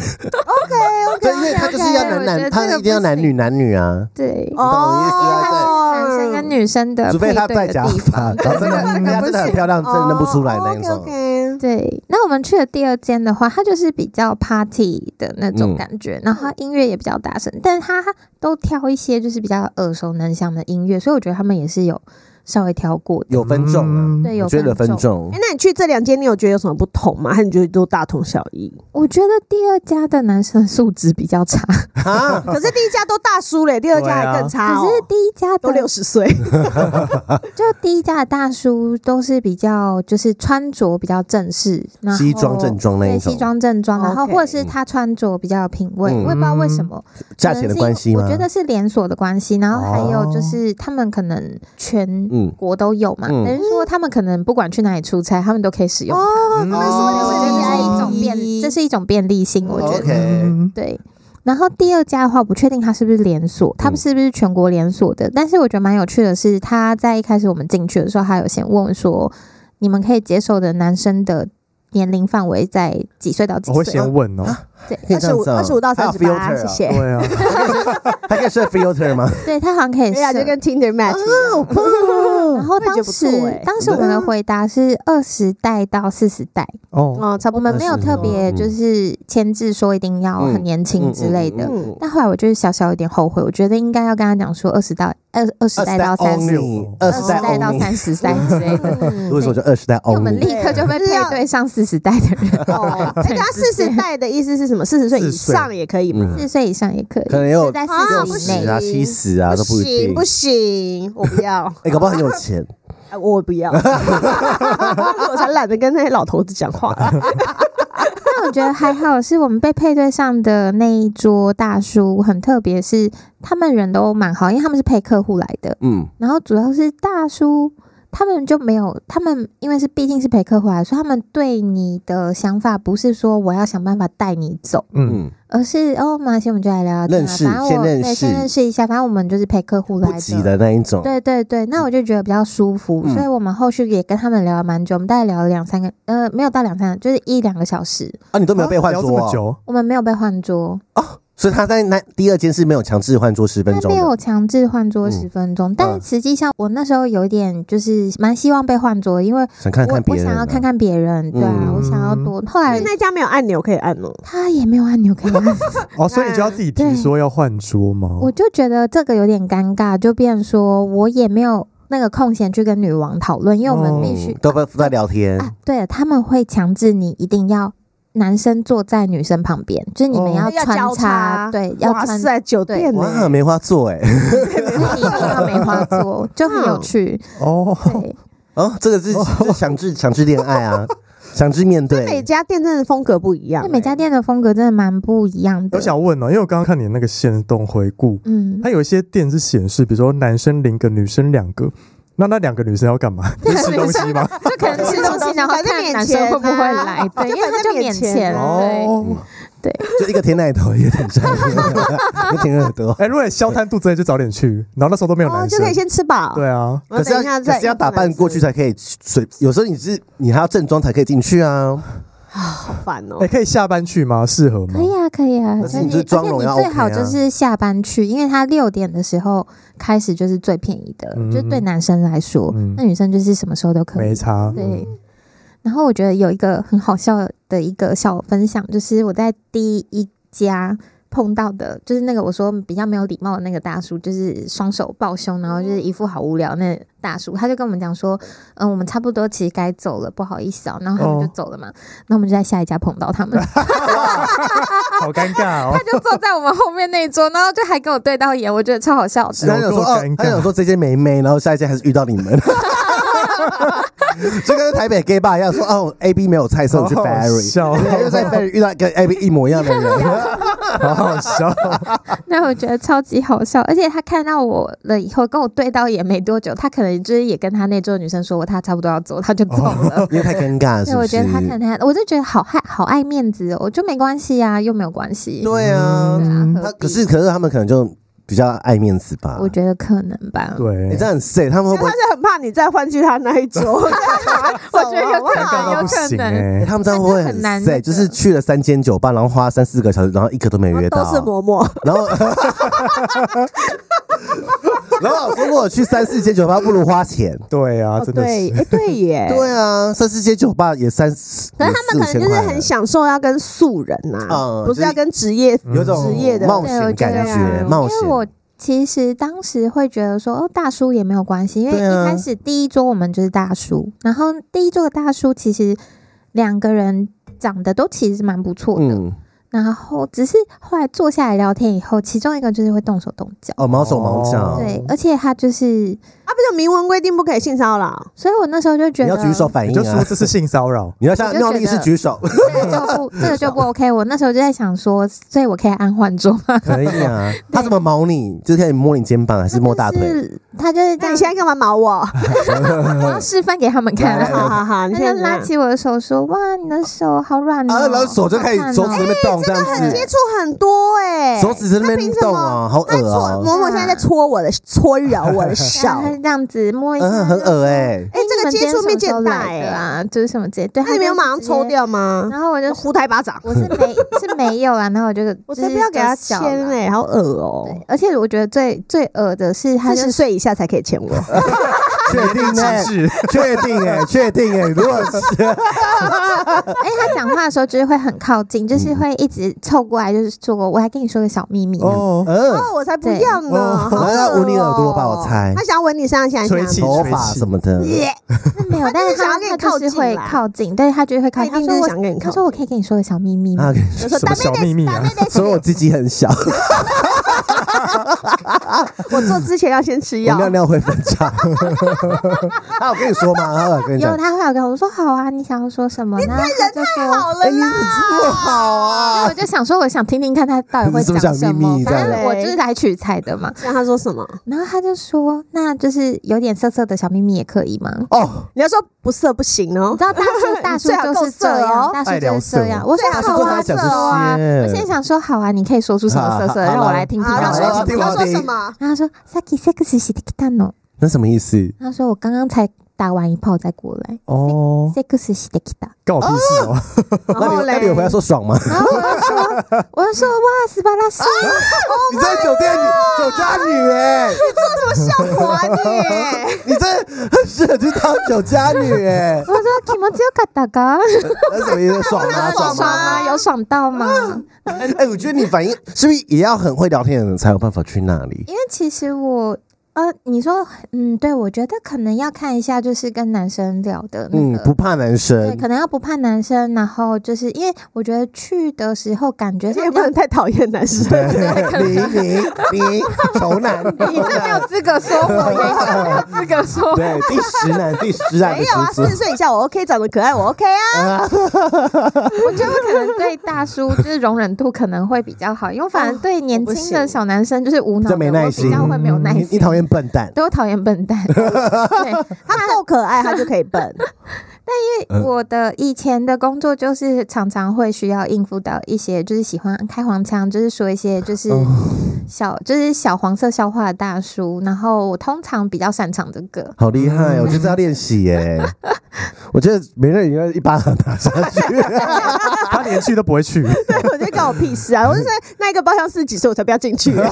，OK OK， 对，因为他就是要男男，他一定要男女男女啊， 对， 哦， 男生跟女生的， 除非他戴假发，真的，他真的很漂亮，真的认不出来那种。 对，那我们去的第二间的话，它就是比较 party 的那种感觉，嗯、然后音乐也比较大声，但是它都挑一些就是比较耳熟能详的音乐，所以我觉得他们也是有稍微挑过的， 有分众啊，嗯、 对，有觉得分众。 哎、欸，那你去这两间，你有觉得有什么不同吗？还是你觉得都大同小异？ 我觉得第二家的男生素质比较差啊，可是第一家都大叔嘞，第二家还更差、哦。 可是第一家的都六十岁， 就第一家的大叔都是比较就是穿着比较正式，然后西装正装那一种， 西装正装，然后或者是他穿着比较有品味，嗯、我也不知道为什么， 价钱的关系吗？ 我觉得是连锁的关系，然后还有就是他们可能全国都有嘛，等于说他们可能不管去哪里出差，他们都可以使用它。 哦， 哦，这是一种便，这是一种便利性，我觉得。 Okay. 对。然后第二家的话，我不确定它是不是连锁，它是不是全国连锁的，但是我觉得蛮有趣的是，他在一开始我们进去的时候，他有先问说，你们可以接受的男生的年龄范围在几岁到几岁？ 我会先问哦， 对， 二十五二十五到三十八，谢谢。 对啊， 他可以设 filter 吗？ 对，他好像可以设， 就跟 Tinder match 一样。 然后当时当时我们的回答是二十代到四十代哦， 差不多。 我们没有特别就是牵制说一定要很年轻之类的。但后来我就是小小有点后悔，我觉得应该要跟他讲说二十到二二十代到三十，二十代到三十代之类的。 为什么就二十代 only？ 我们立刻就被配对上四十代的人。 哦，那他四十代的意思是什么？四十岁以上也可以吗？ 四十岁以上也可以， 可能有在四十以内啊、七十啊都不一定。 不行，我不要。 哎，搞不好很有钱。 我不要，我才懒得跟那些老头子讲话。 但我觉得还好，是我们被配对上的那一桌大叔很特别，是他们人都蛮好，因为他们是陪客户来的，嗯，然后主要是大叔他们就没有，他们因为是毕竟是陪客户来，所以他们对你的想法不是说我要想办法带你走，嗯。而是哦，马先我们就来聊聊天、啊， 认识，先认识， 先认识一下。反正我们就是陪客户来的， 不急的那一种。 对对对，那我就觉得比较舒服，嗯、所以我们后续也跟他们聊了蛮久，我们大概聊了两三个，呃，没有到两三个，就是一两个小时。 啊，你都没有被换桌、哦啊？ 聊这么久？ 我们没有被换桌哦。所以他在那第二间是没有强制换桌十分钟， 没有强制换桌十分钟、嗯，但实际上我那时候有一点就是蛮希望被换桌，因为想看看别人、啊， 我想要看看别人，对啊，嗯、我想要多。后来那家没有按钮可以按哦， 他也没有按钮可以按哦，所以你就要自己提说要换桌吗？ 我就觉得这个有点尴尬，就变成说我也没有那个空闲去跟女王讨论，因为我们必须、 哦、都不在聊天、 啊。对了，他们会强制你一定要。男生坐在女生旁边，就是你们要穿插，哦、对，要穿在酒店哇，梅花座哎， 你一定要梅花座，就很有趣哦。对， 哦，这个是是强制强制恋爱啊，强制面对。 每家店真的风格不一样、欸， 每家店的风格真的蛮不一样的。 我想问哦，因为我刚刚看你那个限动回顾，嗯，它有一些店是显示，比如说男生零个，女生两个。那那两个女生要干嘛？吃东西吗？ 就可能吃东西，然后看男生会不会来，对，因为他就免钱，对，对， 就一个甜奶头，一个甜上，一个甜耳朵。 哎，如果消摊肚子，就早点去，然后那时候都没有男生， 就可以先吃饱。 对啊， 可是要可是要打扮过去才可以，水有时候你是你还要正装才可以进去啊。 好烦哦！ 哎、欸，可以下班去吗？适合吗？ 可以啊，可以啊。 可是你是妆容要 OK 啊。 而且你最好就是下班去，因为他六点的时候开始就是最便宜的，嗯、就对男生来说，嗯、那女生就是什么时候都可以。 没差。 对。然后我觉得有一个很好笑的一个小分享，就是我在第一家碰到的，就是那个我说比较没有礼貌的那个大叔，就是双手抱胸，然后就是一副好無聊那个大叔，他就跟我们讲说，嗯，我们差不多其实该走了，不好意思啊、喔，然后他们就走了嘛，那、哦、我们就在下一家碰到他们， 好尴尬哦， 他就坐在我们后面那一桌，然后就还跟我对到眼，我觉得超好笑的。 他想说，哦，他想说这间没妹，然后下一间还是遇到你们。就跟台北 gay bar 一样，说哦 ，A B 没有菜色，我去 Ferry， 又在 Ferry 遇到跟 A B 一模一样的人， 好好笑。 那我觉得超级好笑，而且他看到我了以后，跟我对到眼没多久，他可能就是也跟他那桌女生说我他差不多要走，他就走了， 因为太尴尬了是不是。 对，我觉得他看他，我就觉得好爱好爱面子哦，就没关系啊，又没有关系。 对啊，嗯、他可是可是他们可能就。比较爱面子吧， 我觉得可能吧。 对， 你、欸、这样很 sick， 他们会不会？ 他就很怕你再换去他那一桌。 我觉得有可能，有可能。 欸、他们这样会不会很 sick？ 就是去了三间酒吧，然后花三四个小时，然后一个都没约到， 都是嬷嬷。 然后，然后如果去三四间酒吧，不如花钱。 对啊，真的是。 对，哎、欸，对耶。 对啊，三四间酒吧也三四。 可是他们可能就是很享受要跟素人呐、啊，嗯、不是要跟职业、 有种职业的冒险感觉，冒险。 其实当时会觉得说，哦，大叔也没有关系，因为一开始第一桌我们就是大叔，然后第一桌的大叔其实两个人长得都其实蛮不错的。嗯，然后只是后来坐下来聊天以后，其中一个就是会动手动脚， 哦，毛手毛脚， 对，而且他就是啊，不就明文规定不可以性骚扰， 所以我那时候就觉得你要举手反应、啊， 你就说这是性骚扰， 你要像妙丽是举手， 这个就不这个就不 OK。我那时候就在想说，所以我可以按换桌吗？ 可以啊，他怎么毛你？就是可以摸你肩膀还是摸大腿？ 他就是这样。 那你现在干嘛毛我？ 我要示范给他们看。 好好好，你他就拉起我的手说：“哇，你的手好软哦。” 啊，然后手就开始手指在那边动，这样子接触很多哎， 手指在那边动哦，好恶哦。 嬷嬷现在在搓我的搓揉我的手， 他是这样子摸一下， 嗯，很恶哎。 哎，这个接触面积很大哎啊，就是什么之类。对， 那你没有马上抽掉吗？ 然后我就呼他一巴掌。 我是没是没有啊，然后我就我才不要给他牵哎，好恶哦。 对，而且我觉得最最恶的是，他四十岁以下才可以牵我。 确定哎，确定哎，确定哎，如果是，哎， 他讲话的时候就是会很靠近，就是会一直凑过来，就是说我还跟你说个小秘密哦， 哦，我才不要呢， 然后捂你耳朵吧，我猜， 他想要闻你身上，想吹气、 头发什么的， 没有，但是他他就是会靠近，但是他就会靠近，他说我，他说我可以跟你说个小秘密吗？ 什么小秘密啊？ 说我自己很小。 我做之前要先吃药， 尿尿会分叉。他有跟你说吗？他有跟你讲？ 有，他会有跟我说好啊，你想要说什么？ 你对人太好了啦， 你怎么这么好啊？ 我就想说，我想听听看他到底会讲什么。反正我就是来取材的嘛。 让他说什么？ 然后他就说，那就是有点色色的小秘密也可以吗？ 哦，你要说不色不行哦。 你知道大叔大叔就是这样，大叔就是这样。我说好啊，色啊。我现在想说好啊，你可以说出什么色色，让我来听听。 他说听他说什么？ 然后他说さっきセックスしてきたの。 那什么意思？ 他说我刚刚才打完一炮再过来。 哦， セックスしてきた。 干我屁事哦！ 那你那你有回来说爽吗？ 然后我就说，我就说哇，斯巴拉西！ 你在酒店酒家女哎， 你做什么效果啊你？ 你这很适合去当酒家女哎。 我说気持ちよかったか？ 那什么意思？爽吗？ 爽吗？有爽到吗？ 哎，我觉得你反应是不是也要很会聊天的人才有办法去那里？ 因为其实我。呃，你说，嗯，对，我觉得可能要看一下，就是跟男生聊的那个， 嗯，不怕男生， 对，可能要不怕男生，然后就是因为我觉得去的时候感觉也不能太讨厌男生， 你你你丑男， 你这没有资格说我，没有资格说， 对，第十男第十男没有啊，四十岁以下我 OK， 长得可爱我 OK 啊， 我觉得我可能对大叔就是容忍度可能会比较好，因为反正对年轻的小男生就是无脑的， 没耐心， 比较会没有耐心， 你讨厌笨蛋， 对我讨厌笨蛋，对他够可爱，他就可以笨。 但因为我的以前的工作就是常常会需要应付到一些就是喜欢开黄腔，就是说一些就是小就是小黄色笑话的大叔，然后我通常比较擅长这个。 好厉害，我觉得要练习耶。我觉得没人应该一巴掌打下去， 他连去都不会去。 对，我觉得关我屁事啊！我就说那一个包厢四十几岁，我才不要进去。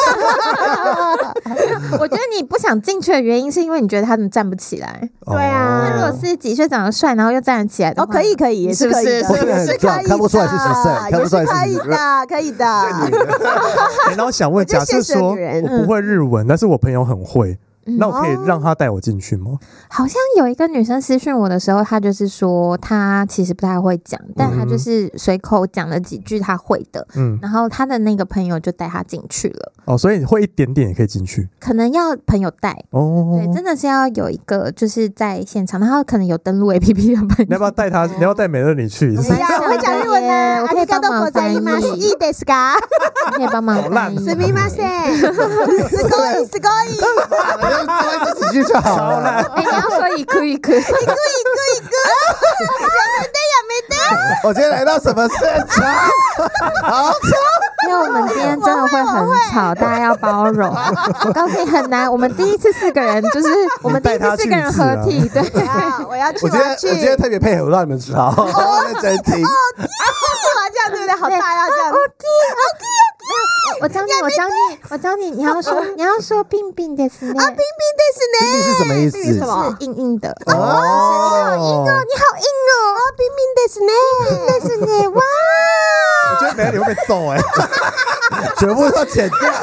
我觉得你不想进去的原因是因为你觉得他们站不起来。 对啊， 那如果四十几岁长得帅，然后又站得起来的话， 哦，可以可以，也是可以的， 是是可以，看不出来是十岁，看不出来是可以的，可以的。 然后想问，假设说我不会日文，但是我朋友很会。那我可以让他带我进去吗？ 好像有一个女生私讯我的时候，她就是说她其实不太会讲，但她就是随口讲了几句她会的，嗯，然后她的那个朋友就带她进去了。 哦，所以会一点点也可以进去， 可能要朋友带哦。对，真的是要有一个就是在现场，然后可能有登录 A P P 的朋友。 你要不要带他？你要带美乐你去？ 我会讲日文啊， 我可以帮忙翻译。 いいですか？ 可以帮忙翻译。 すみません。すごいすごい。 自己就好了。 哎，你要说一哭一哭，一哭一哭一哭，やめてやめて。 我今天来到什么现场？好吵！ 因为我们今天真的会很吵，大家要包容。我告诉你很难，我们第一次四个人，就是我们第一次四个人合体，对。 我要去， 我今天我今天特别配合，我让你们知道，认真听。 哦，这样对不对？好大要这样。OK OK。 我教你，我教你，我教你，你要说，你要说冰冰的是呢， 啊，冰冰的是呢， 冰冰是什么意思？ 是什么？ 硬硬的。 哦，你好硬哦，你好硬哦，啊，冰冰的是呢，的是呢，哇！ 我觉得美女会被揍哎， 全部都剪掉，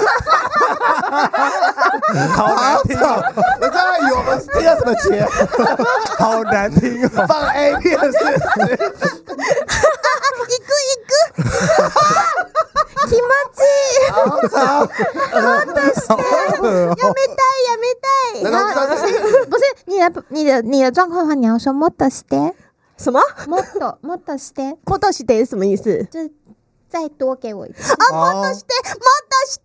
好难听哦！ 我刚才以为我们听到什么节， 好难听哦， 放 A 片是不是？ 一个一个。気持ちいい。 好吵， 好的是，やめたいやめたい。 不是你的你的你的状况的话，你要说もっとして。 什么？ もっともっとして。 もっとして是什么意思？ 就是再多给我一次。 啊，もっとして、もっとして。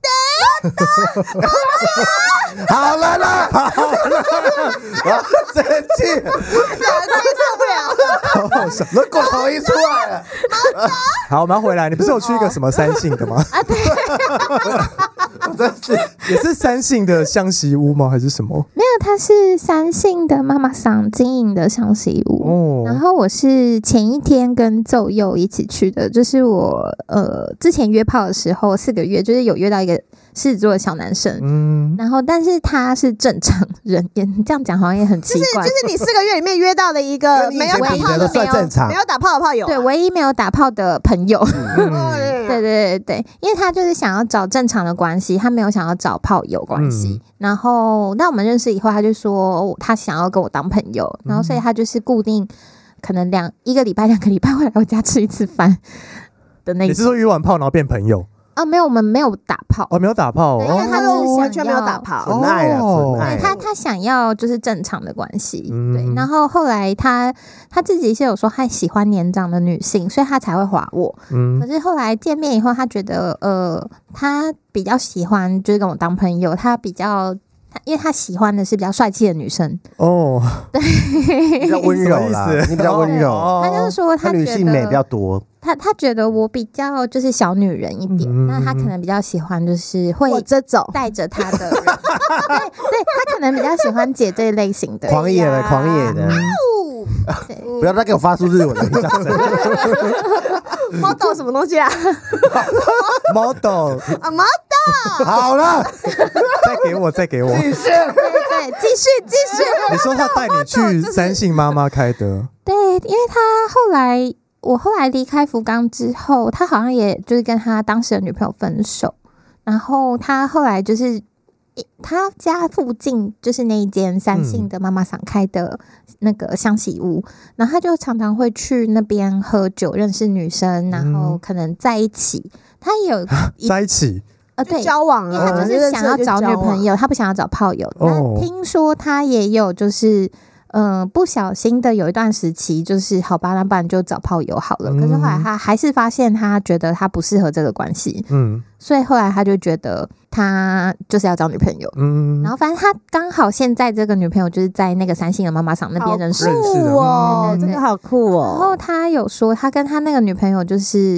好了啦，好了，我生气， 接受不了。 好好笑， 那狗头一出来了。 好，我们要回来。你不是有去一个什么三姓的吗？ 啊，对， 真是也是三姓的香席屋吗？还是什么？ 没有，它是三姓的妈妈桑经营的香席屋。哦，然后我是前一天跟奏佑一起去的，就是我呃之前约炮的时候四个月，就是有约到一个狮子座的小男生，嗯，然后但是他是正常人，也这样讲好像也很奇怪， 就是就是你四个月里面约到的一个没有打炮的算正常， 没有打炮的炮友、啊， 对，唯一没有打炮的朋友，嗯、对对对对，因为他就是想要找正常的关系，他没有想要找炮友关系。嗯、然后那我们认识以后，他就说他想要跟我当朋友，然后所以他就是固定可能两一个礼拜、两个礼拜会来我家吃一次饭的那种。 你是说约完炮然后变朋友？ 哦，没有，我们没有打炮。 哦，没有打炮， 因为他就是完全没有打炮， 纯爱了，纯爱。 他他想要就是正常的关系，嗯、对。然后后来他他自己是有说他喜欢年长的女性，所以他才会滑我。嗯。可是后来见面以后，他觉得呃，他比较喜欢就是跟我当朋友，他比较。因为他喜欢的是比较帅气的女生哦，对， 比较温柔啦，你比较温柔。 他就是说他女性美比较多， 他他觉得我比较就是小女人一点，嗯、那他可能比较喜欢就是会这种带着他的人，对对，他可能比较喜欢姐这一类型的狂野的狂野的。不要再给我发出日文的叫声。 model 什么东西啊 ？model 啊 model。 好了， 再给我，再给我。 继续， 对对，继续继续。 你说他带你去三姓妈妈开的？ 对，因为他后来，我后来离开福冈之后，他好像也就是跟他当时的女朋友分手，然后他后来就是。他家附近就是那一间三姓的妈妈桑开的那个香喜屋，嗯、然后他就常常会去那边喝酒，认识女生，然后可能在一起。他也有在一起， 呃，对， 交往啊， 因为他就是想要找女朋友，他不想要找炮友。那听说他也有就是。嗯、呃，不小心的有一段时期，就是好吧，那不然就找炮友好了。嗯、可是后来他还是发现，他觉得他不适合这个关系，嗯，所以后来他就觉得他就是要找女朋友，嗯，然后反正他刚好现在这个女朋友就是在那个三星的妈妈桑那边认识的， 好酷哦，这个好酷哦。 然后他有说，他跟他那个女朋友就是。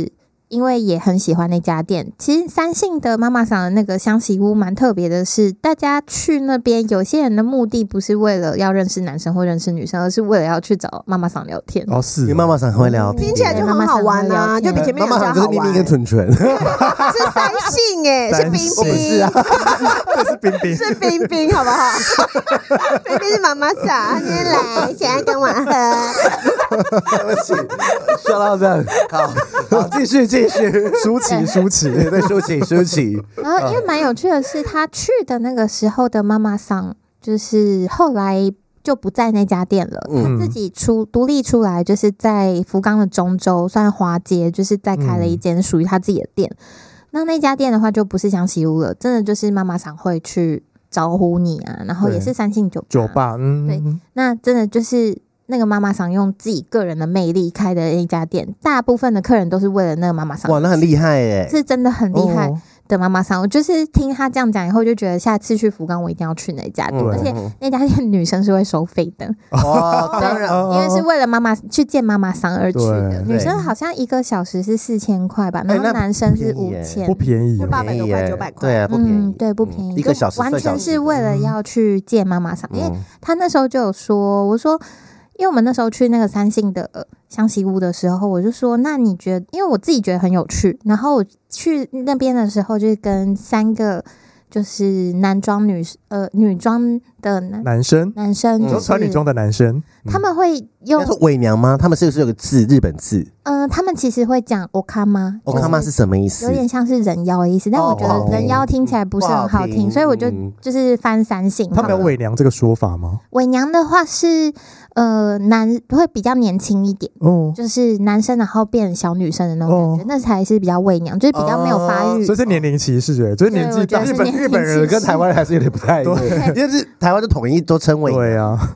因为也很喜欢那家店，其实三姓的妈妈桑的那个香喜屋蛮特别的是，大家去那边，有些人的目的不是为了要认识男生或认识女生，而是为了要去找妈妈桑聊天。 哦，是， 因为妈妈桑很会聊天， 听起来就很好玩啊，就比前面两家好玩。 就是咪咪跟纯纯， 是三姓哎，是冰冰， 是啊，是冰冰， 是冰冰，好不好？冰冰是妈妈桑，今天来想要跟我喝。 对不起，笑到这样，好，好，继续继续， 舒淇，舒淇， 对，舒淇，舒淇。 然后，因为蛮有趣的是，他去的那个时候的妈妈桑，就是后来就不在那家店了，嗯、他自己出独立出来，就是在福冈的中州，算华街，就是再开了一间属于他自己的店。嗯、那那家店的话，就不是香喜屋了，真的就是妈妈桑会去招呼你啊，然后也是三姓酒吧， 酒吧，嗯， 对，那真的就是。那个妈妈桑用自己个人的魅力开的那家店，大部分的客人都是为了那个妈妈桑。 哇，那很厉害耶！ 是真的很厉害的妈妈桑。我就是听他这样讲以后，就觉得下次去福冈我一定要去那家店，而且那家店女生是会收费的。 哦，当然， 因为是为了妈妈去见妈妈桑而去的。女生好像一个小时是四千块吧，然后男生是五千， 不便宜， 就八百多块、九百块， 对啊，不便宜， 对，不便宜， 一个小时完全是为了要去见妈妈桑。因为他那时候就有说，我说。因为我们那时候去那个三姓的香喜屋的时候，我就说，那你觉得，因为我自己觉得很有趣，然后我去那边的时候，就是跟三个就是男装女呃女装的男男生男生、就是， 就穿女装的男生， 他们会用是伪娘吗？他们是不是有个字日本字？ 嗯、呃，他们其实会讲 okama， okama 是什么意思？ 有点像是人妖的意思，但我觉得人妖听起来不是很好听，所以我就就是翻三姓。 他们有伪娘这个说法吗？ 伪娘的话是。呃，男会比较年轻一点，哦，就是男生然后变小女生的那种感觉，哦、那才是比较伪娘，就是比较没有发育， 哦、所以是年龄歧视，对，就是年纪大。 日本日本人跟台湾人还是有点不太一样，因为是台湾就统一都称伪娘， 对啊， 哦，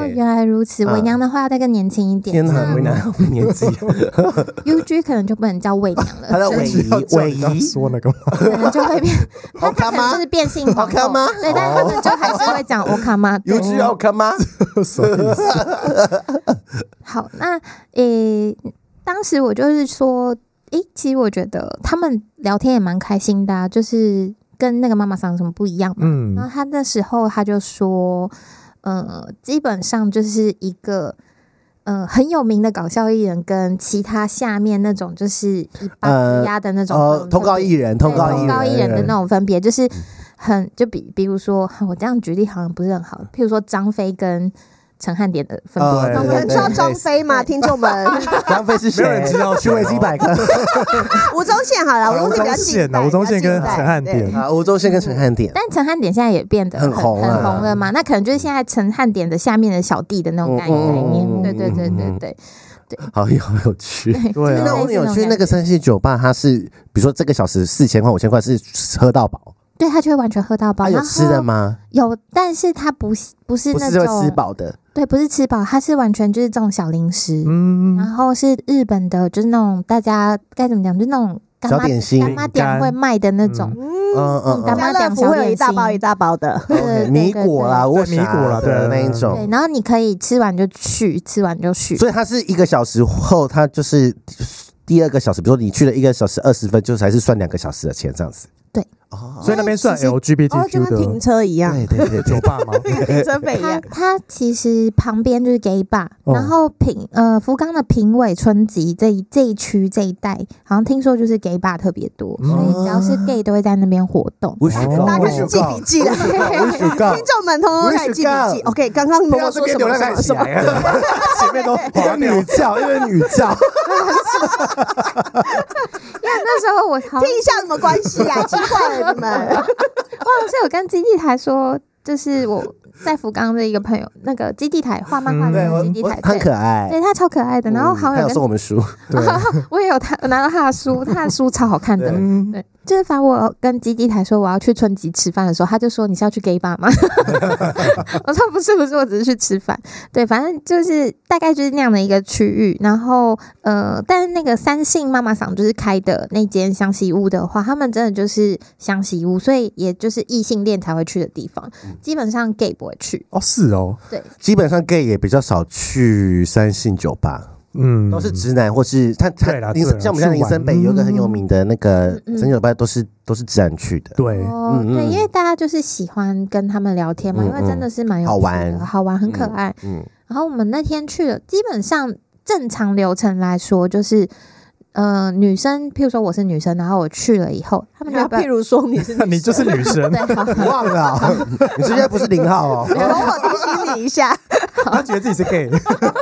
哎。 原来如此，伪娘的话要再更年轻一点。 天哪，伪娘要年纪 ，U G 可能就不能叫伪娘了， 他叫伪姨，伪姨说那个吗？ 可能就会变， 好看吗？ 就是变性皇后吗？ 对，但他们就还是会讲我卡吗 ？U G 好看吗？ 什么意思？ 好，那诶，当时我就是说，诶，其实我觉得他们聊天也蛮开心的、啊，就是跟那个妈妈桑有什么不一样嘛。嗯，然后他那时候他就说，呃，基本上就是一个。嗯，很有名的搞笑艺人跟其他下面那种就是一把子压的那种、 呃，通告艺人，通告艺人， 通告艺人的那种分别，就是很就比比如说，我这样举例好像不是很好。譬如说张飞跟陈汉典的分别， 有人知道张飞吗？听众们， 张飞是谁？ 没有人知道， 去维基百科。 吴宗宪好了，吴宗宪比较近代， 吴宗宪跟陈汉典啊，吴宗宪跟陈汉典。 但陈汉典现在也变得很红很红了嘛，那可能就是现在陈汉典的下面的小弟的那种概念。对对对对对。对， 好有好有趣。 对啊， 那我们有去那个三系酒吧，它是比如说这个小时四千块、五千块是喝到饱。 对，他就会完全喝到饱。 有吃的吗？ 有，但是他不是不是那种不是会吃饱的。 对，不是吃饱，它是完全就是这种小零食。嗯，然后是日本的，就是那种大家该怎么讲，就是那种小点心、 干妈店会卖的那种。 嗯嗯，干妈店不会有一大包一大包的， 对， 米果啦、沃米果啦，对那一种。 对，然后你可以吃完就去，吃完就去。 所以它是一个小时后，它就是第二个小时，比如说你去了一个小时二十分，就还是算两个小时的钱这样子。 对， 哦，所以那边算 L G B T Q 的， 就跟停车一样， 对对对， 酒吧吗？ 停车费一样。 它其实旁边就是 gay bar，、哦、然后平呃福冈的平尾春吉这一这一区这一带，好像听说就是 gay bar 特别多，嗯、所以只要是 gay 都会在那边活动。 哦、 大家开始记笔记了，听众们通通开始记笔记。OK， 刚刚你要说什么什么什么？ 前面都因为女教，因为女教。 因为那时候我听一下什么关系啊？奇怪了你们。 我好像是有跟基地台说，就是我在福冈的一个朋友，那个基地台画漫画的基地台， 很可爱， 对他超可爱的。然后好像有送我们书， 我也有他拿到他的书，他的书超好看的。对，就是反正我跟基地台说我要去春吉吃饭的时候，他就说你是要去 gay bar 吗？我说不是不是，我只是去吃饭。对，反正就是大概就是那样的一个区域。然后呃，但是那个三姓妈妈桑就是开的那间湘西屋的话，他们真的就是湘西屋，所以也就是异性恋才会去的地方，基本上 gay 不会去。 哦，是哦， 对， 基本上 gay 也比较少去三姓酒吧。嗯，都是直男，或是他他像我们像林森北有一个很有名的那个三姓酒吧，都是都是直男去的。 对， 哦，对，因为大家就是喜欢跟他们聊天嘛，因为真的是蛮有好玩， 好玩，很可爱。嗯，然后我们那天去了，基本上正常流程来说，就是呃，女生，譬如说我是女生，然后我去了以后，他们就譬如说你是你就是女生， 对，忘了，你现在不是零号哦， 容我提醒你一下。 他觉得自己是 gay，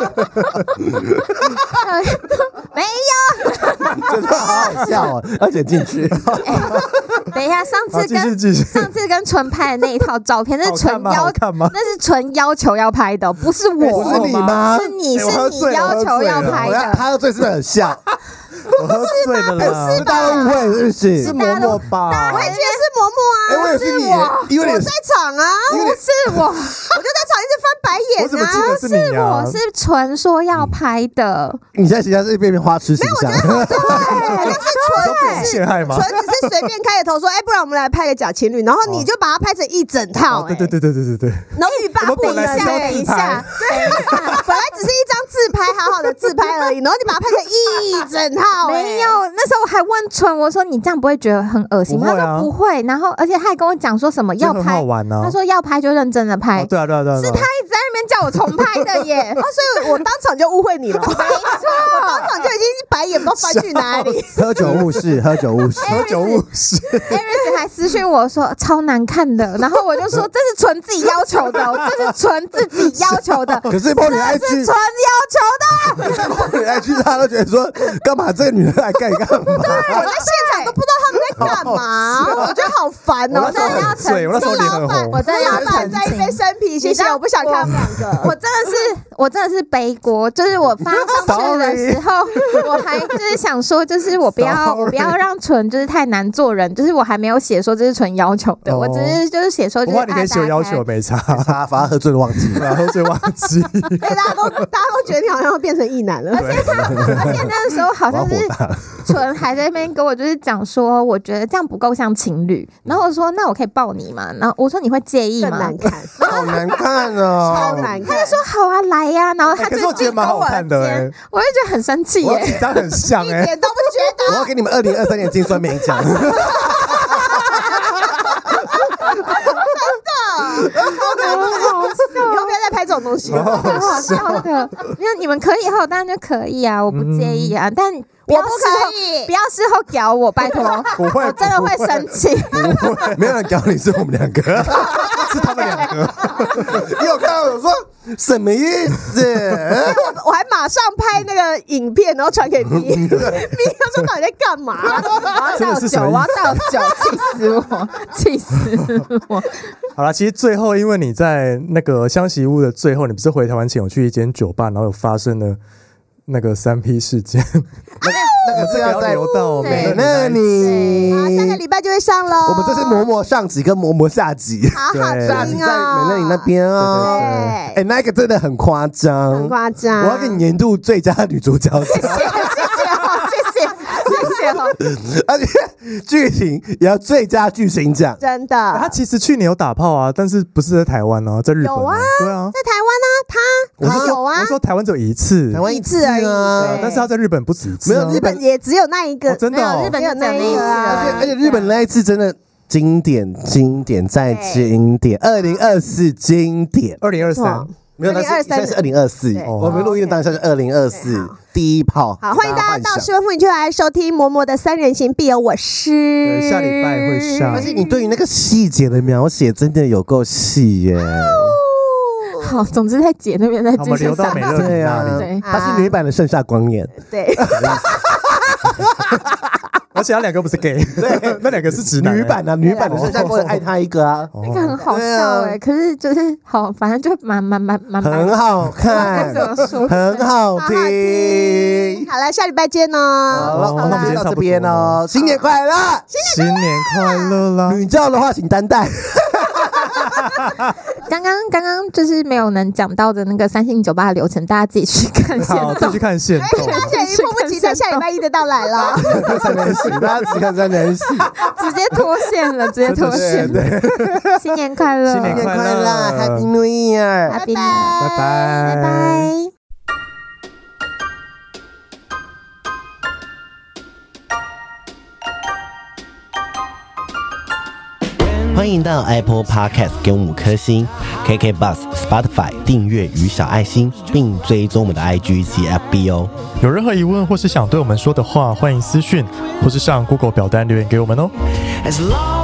没有， 真的好好笑哦，而且进去。 等一下，上次跟上次跟纯拍的那一套照片，那是纯要那是纯要求要拍的，不是我， 是你吗？ 是你是你要求要拍的， 他喝醉是不是很像？ 我喝醉了啦， 是大家误会是不是？ 是嬷嬷吧？ 我还觉得是嬷嬷啊， 我也是你，因为我在场啊， 不是我，我就在场一直翻白眼啊， 我怎么记得是你啊？ 我是纯说要拍的， 你现在形象是变成花痴形象， 没有，我觉得好对，那是纯陷害吗？ 纯只是随便开个头说，哎，不然我们来拍个假情侣，然后你就把它拍成一整套， 对对对对对对对， 然后欲罢不能， 等一下，对，本来只是一张自拍，好好的自拍而已，然后你把它拍成一整套， 没有。那时候我还问纯，我说你这样不会觉得很恶心吗？他说不会，然后而且他还跟我讲说什么要拍，他说要拍就认真的拍， 对啊对啊对啊， 是他一直在那边叫我重拍的耶， 所以我当场就误会你了，没错，我当场就已经白眼不知道翻去哪里。 喝酒误事，喝酒误事， 喝酒误事。 Aris 还私讯我说超难看的，然后我就说这是纯自己要求的，这是纯自己要求的。 可是 PO 你 I G 是纯要求的 ，PO 你 I G 大家都觉得说干嘛这个女人来干干嘛？ 我在现场都不知道他们在干嘛，我觉得好烦哦。 我真的要澄清， 我那时候脸很红， 我真的要澄清， 在一边深皮，谢谢，我不想看两个。 我真的是，我真的是背锅，就是我发上去的时候，我还就是想说，就是我不要，我不要让纯就是太难做人，就是我还没有写说这是纯要求的，我只是就是写说， 不过你可以写要求没差， 他反而喝醉了忘记， 然后就忘记， 对，大家都大家都觉得你好像会变成异男了， 而且他，而且那个时候好像是纯还在那边跟我就是讲说，我觉得这样不够像情侣，然后我说那我可以抱你吗？然后我说你会介意吗？ 更难看， 好难看哦， 超难看。 他就说好啊，来呀、啊，然后他就我觉得蛮好看的、欸， 我就觉得很生气耶、欸， 这样很像哎、欸， 一点都不觉得。 我要给你们二零二三年金酸梅奖。 真的，好笑！以后不要再拍这种东西了， 很好笑的。因为你们可以后，当然就可以啊，我不介意啊，但我不可以， 不要事后屌我，拜托， 不会， 我真的会生气。 不会，没有人屌你，是我们两个， 是他们两个。 你有看到我说什么意思？ 我我还马上拍那个影片，然后传给 B，B 他说到底在干嘛？ 我要倒酒，我要倒酒，气死我，气死我！ 好啦，其实最后，因为你在那个湘习屋的最后，你不是回台湾前有去一间酒吧，然后有发生了那个三 P 事件， 那个是要留到美乐你， 好，下个礼拜就会上喽。 我们这是嬷嬷上集跟嬷嬷下集， 好好下集在听哦。 美乐你那边哦。 对， 哎，那个真的很夸张， 很夸张。 我要给你年度最佳女主角奖， 谢谢，谢谢，谢谢哈。 而且剧情也要最佳剧情奖， 真的。 他其实去年有打炮啊，但是不是在台湾啊，在日本、啊。 有啊， 对啊， 在台湾啊，他我是有啊。 我说台湾只有一次， 台湾一次而已啊， 但是他在日本不止一次、啊， 没有日本也只有那一个， 哦、真的、哦， 日本只有那一个而啊。 且而且日本那一次真的经典，经典再经典，二零二四经典， 二零二三。 没有，那是现在是二零二四。我们录音的当下是二零二四第一炮。 好，欢迎大家到失婚妇女就来收听嬷嬷的三人行必有我师。 对，下礼拜会上。 而且你对于那个细节的描写真的有够细耶。 好，总之在姐那边再继续上。 我们留到美乐对啊，她是女版的盛夏光年。 对。 而且他两个不是 gay， 对，那两个是直男、欸。 女版啊，女版的盛夏光年爱他一个啊， 那个很好笑哎、欸，可是就是好，反正就蛮蛮蛮蛮很好看，很好听。 好了，下礼拜见哦。 好了，那我们就到这边哦，新年快乐， 新年快乐啦！ 女教的话请担待。 刚刚刚刚就是没有能讲到的那个三星酒吧的流程，大家自己去看线动， 好，自己去看线动。 大家已经迫不及待下礼拜一的到来了。 三人行，大家只看三人行， 直接脱线了，直接脱线。 对， 新年快乐， 新年快乐 ，Happy New Year， Happy New Year， 拜拜， 拜拜。 欢迎到 Apple Podcast 给我们五颗星 ，K K Bus、Spotify 订阅与小爱心，并追踪我们的 I G 及 F B 哦。 有任何疑问或是想对我们说的话，欢迎私讯或是上 Google 表单留言给我们哦。As long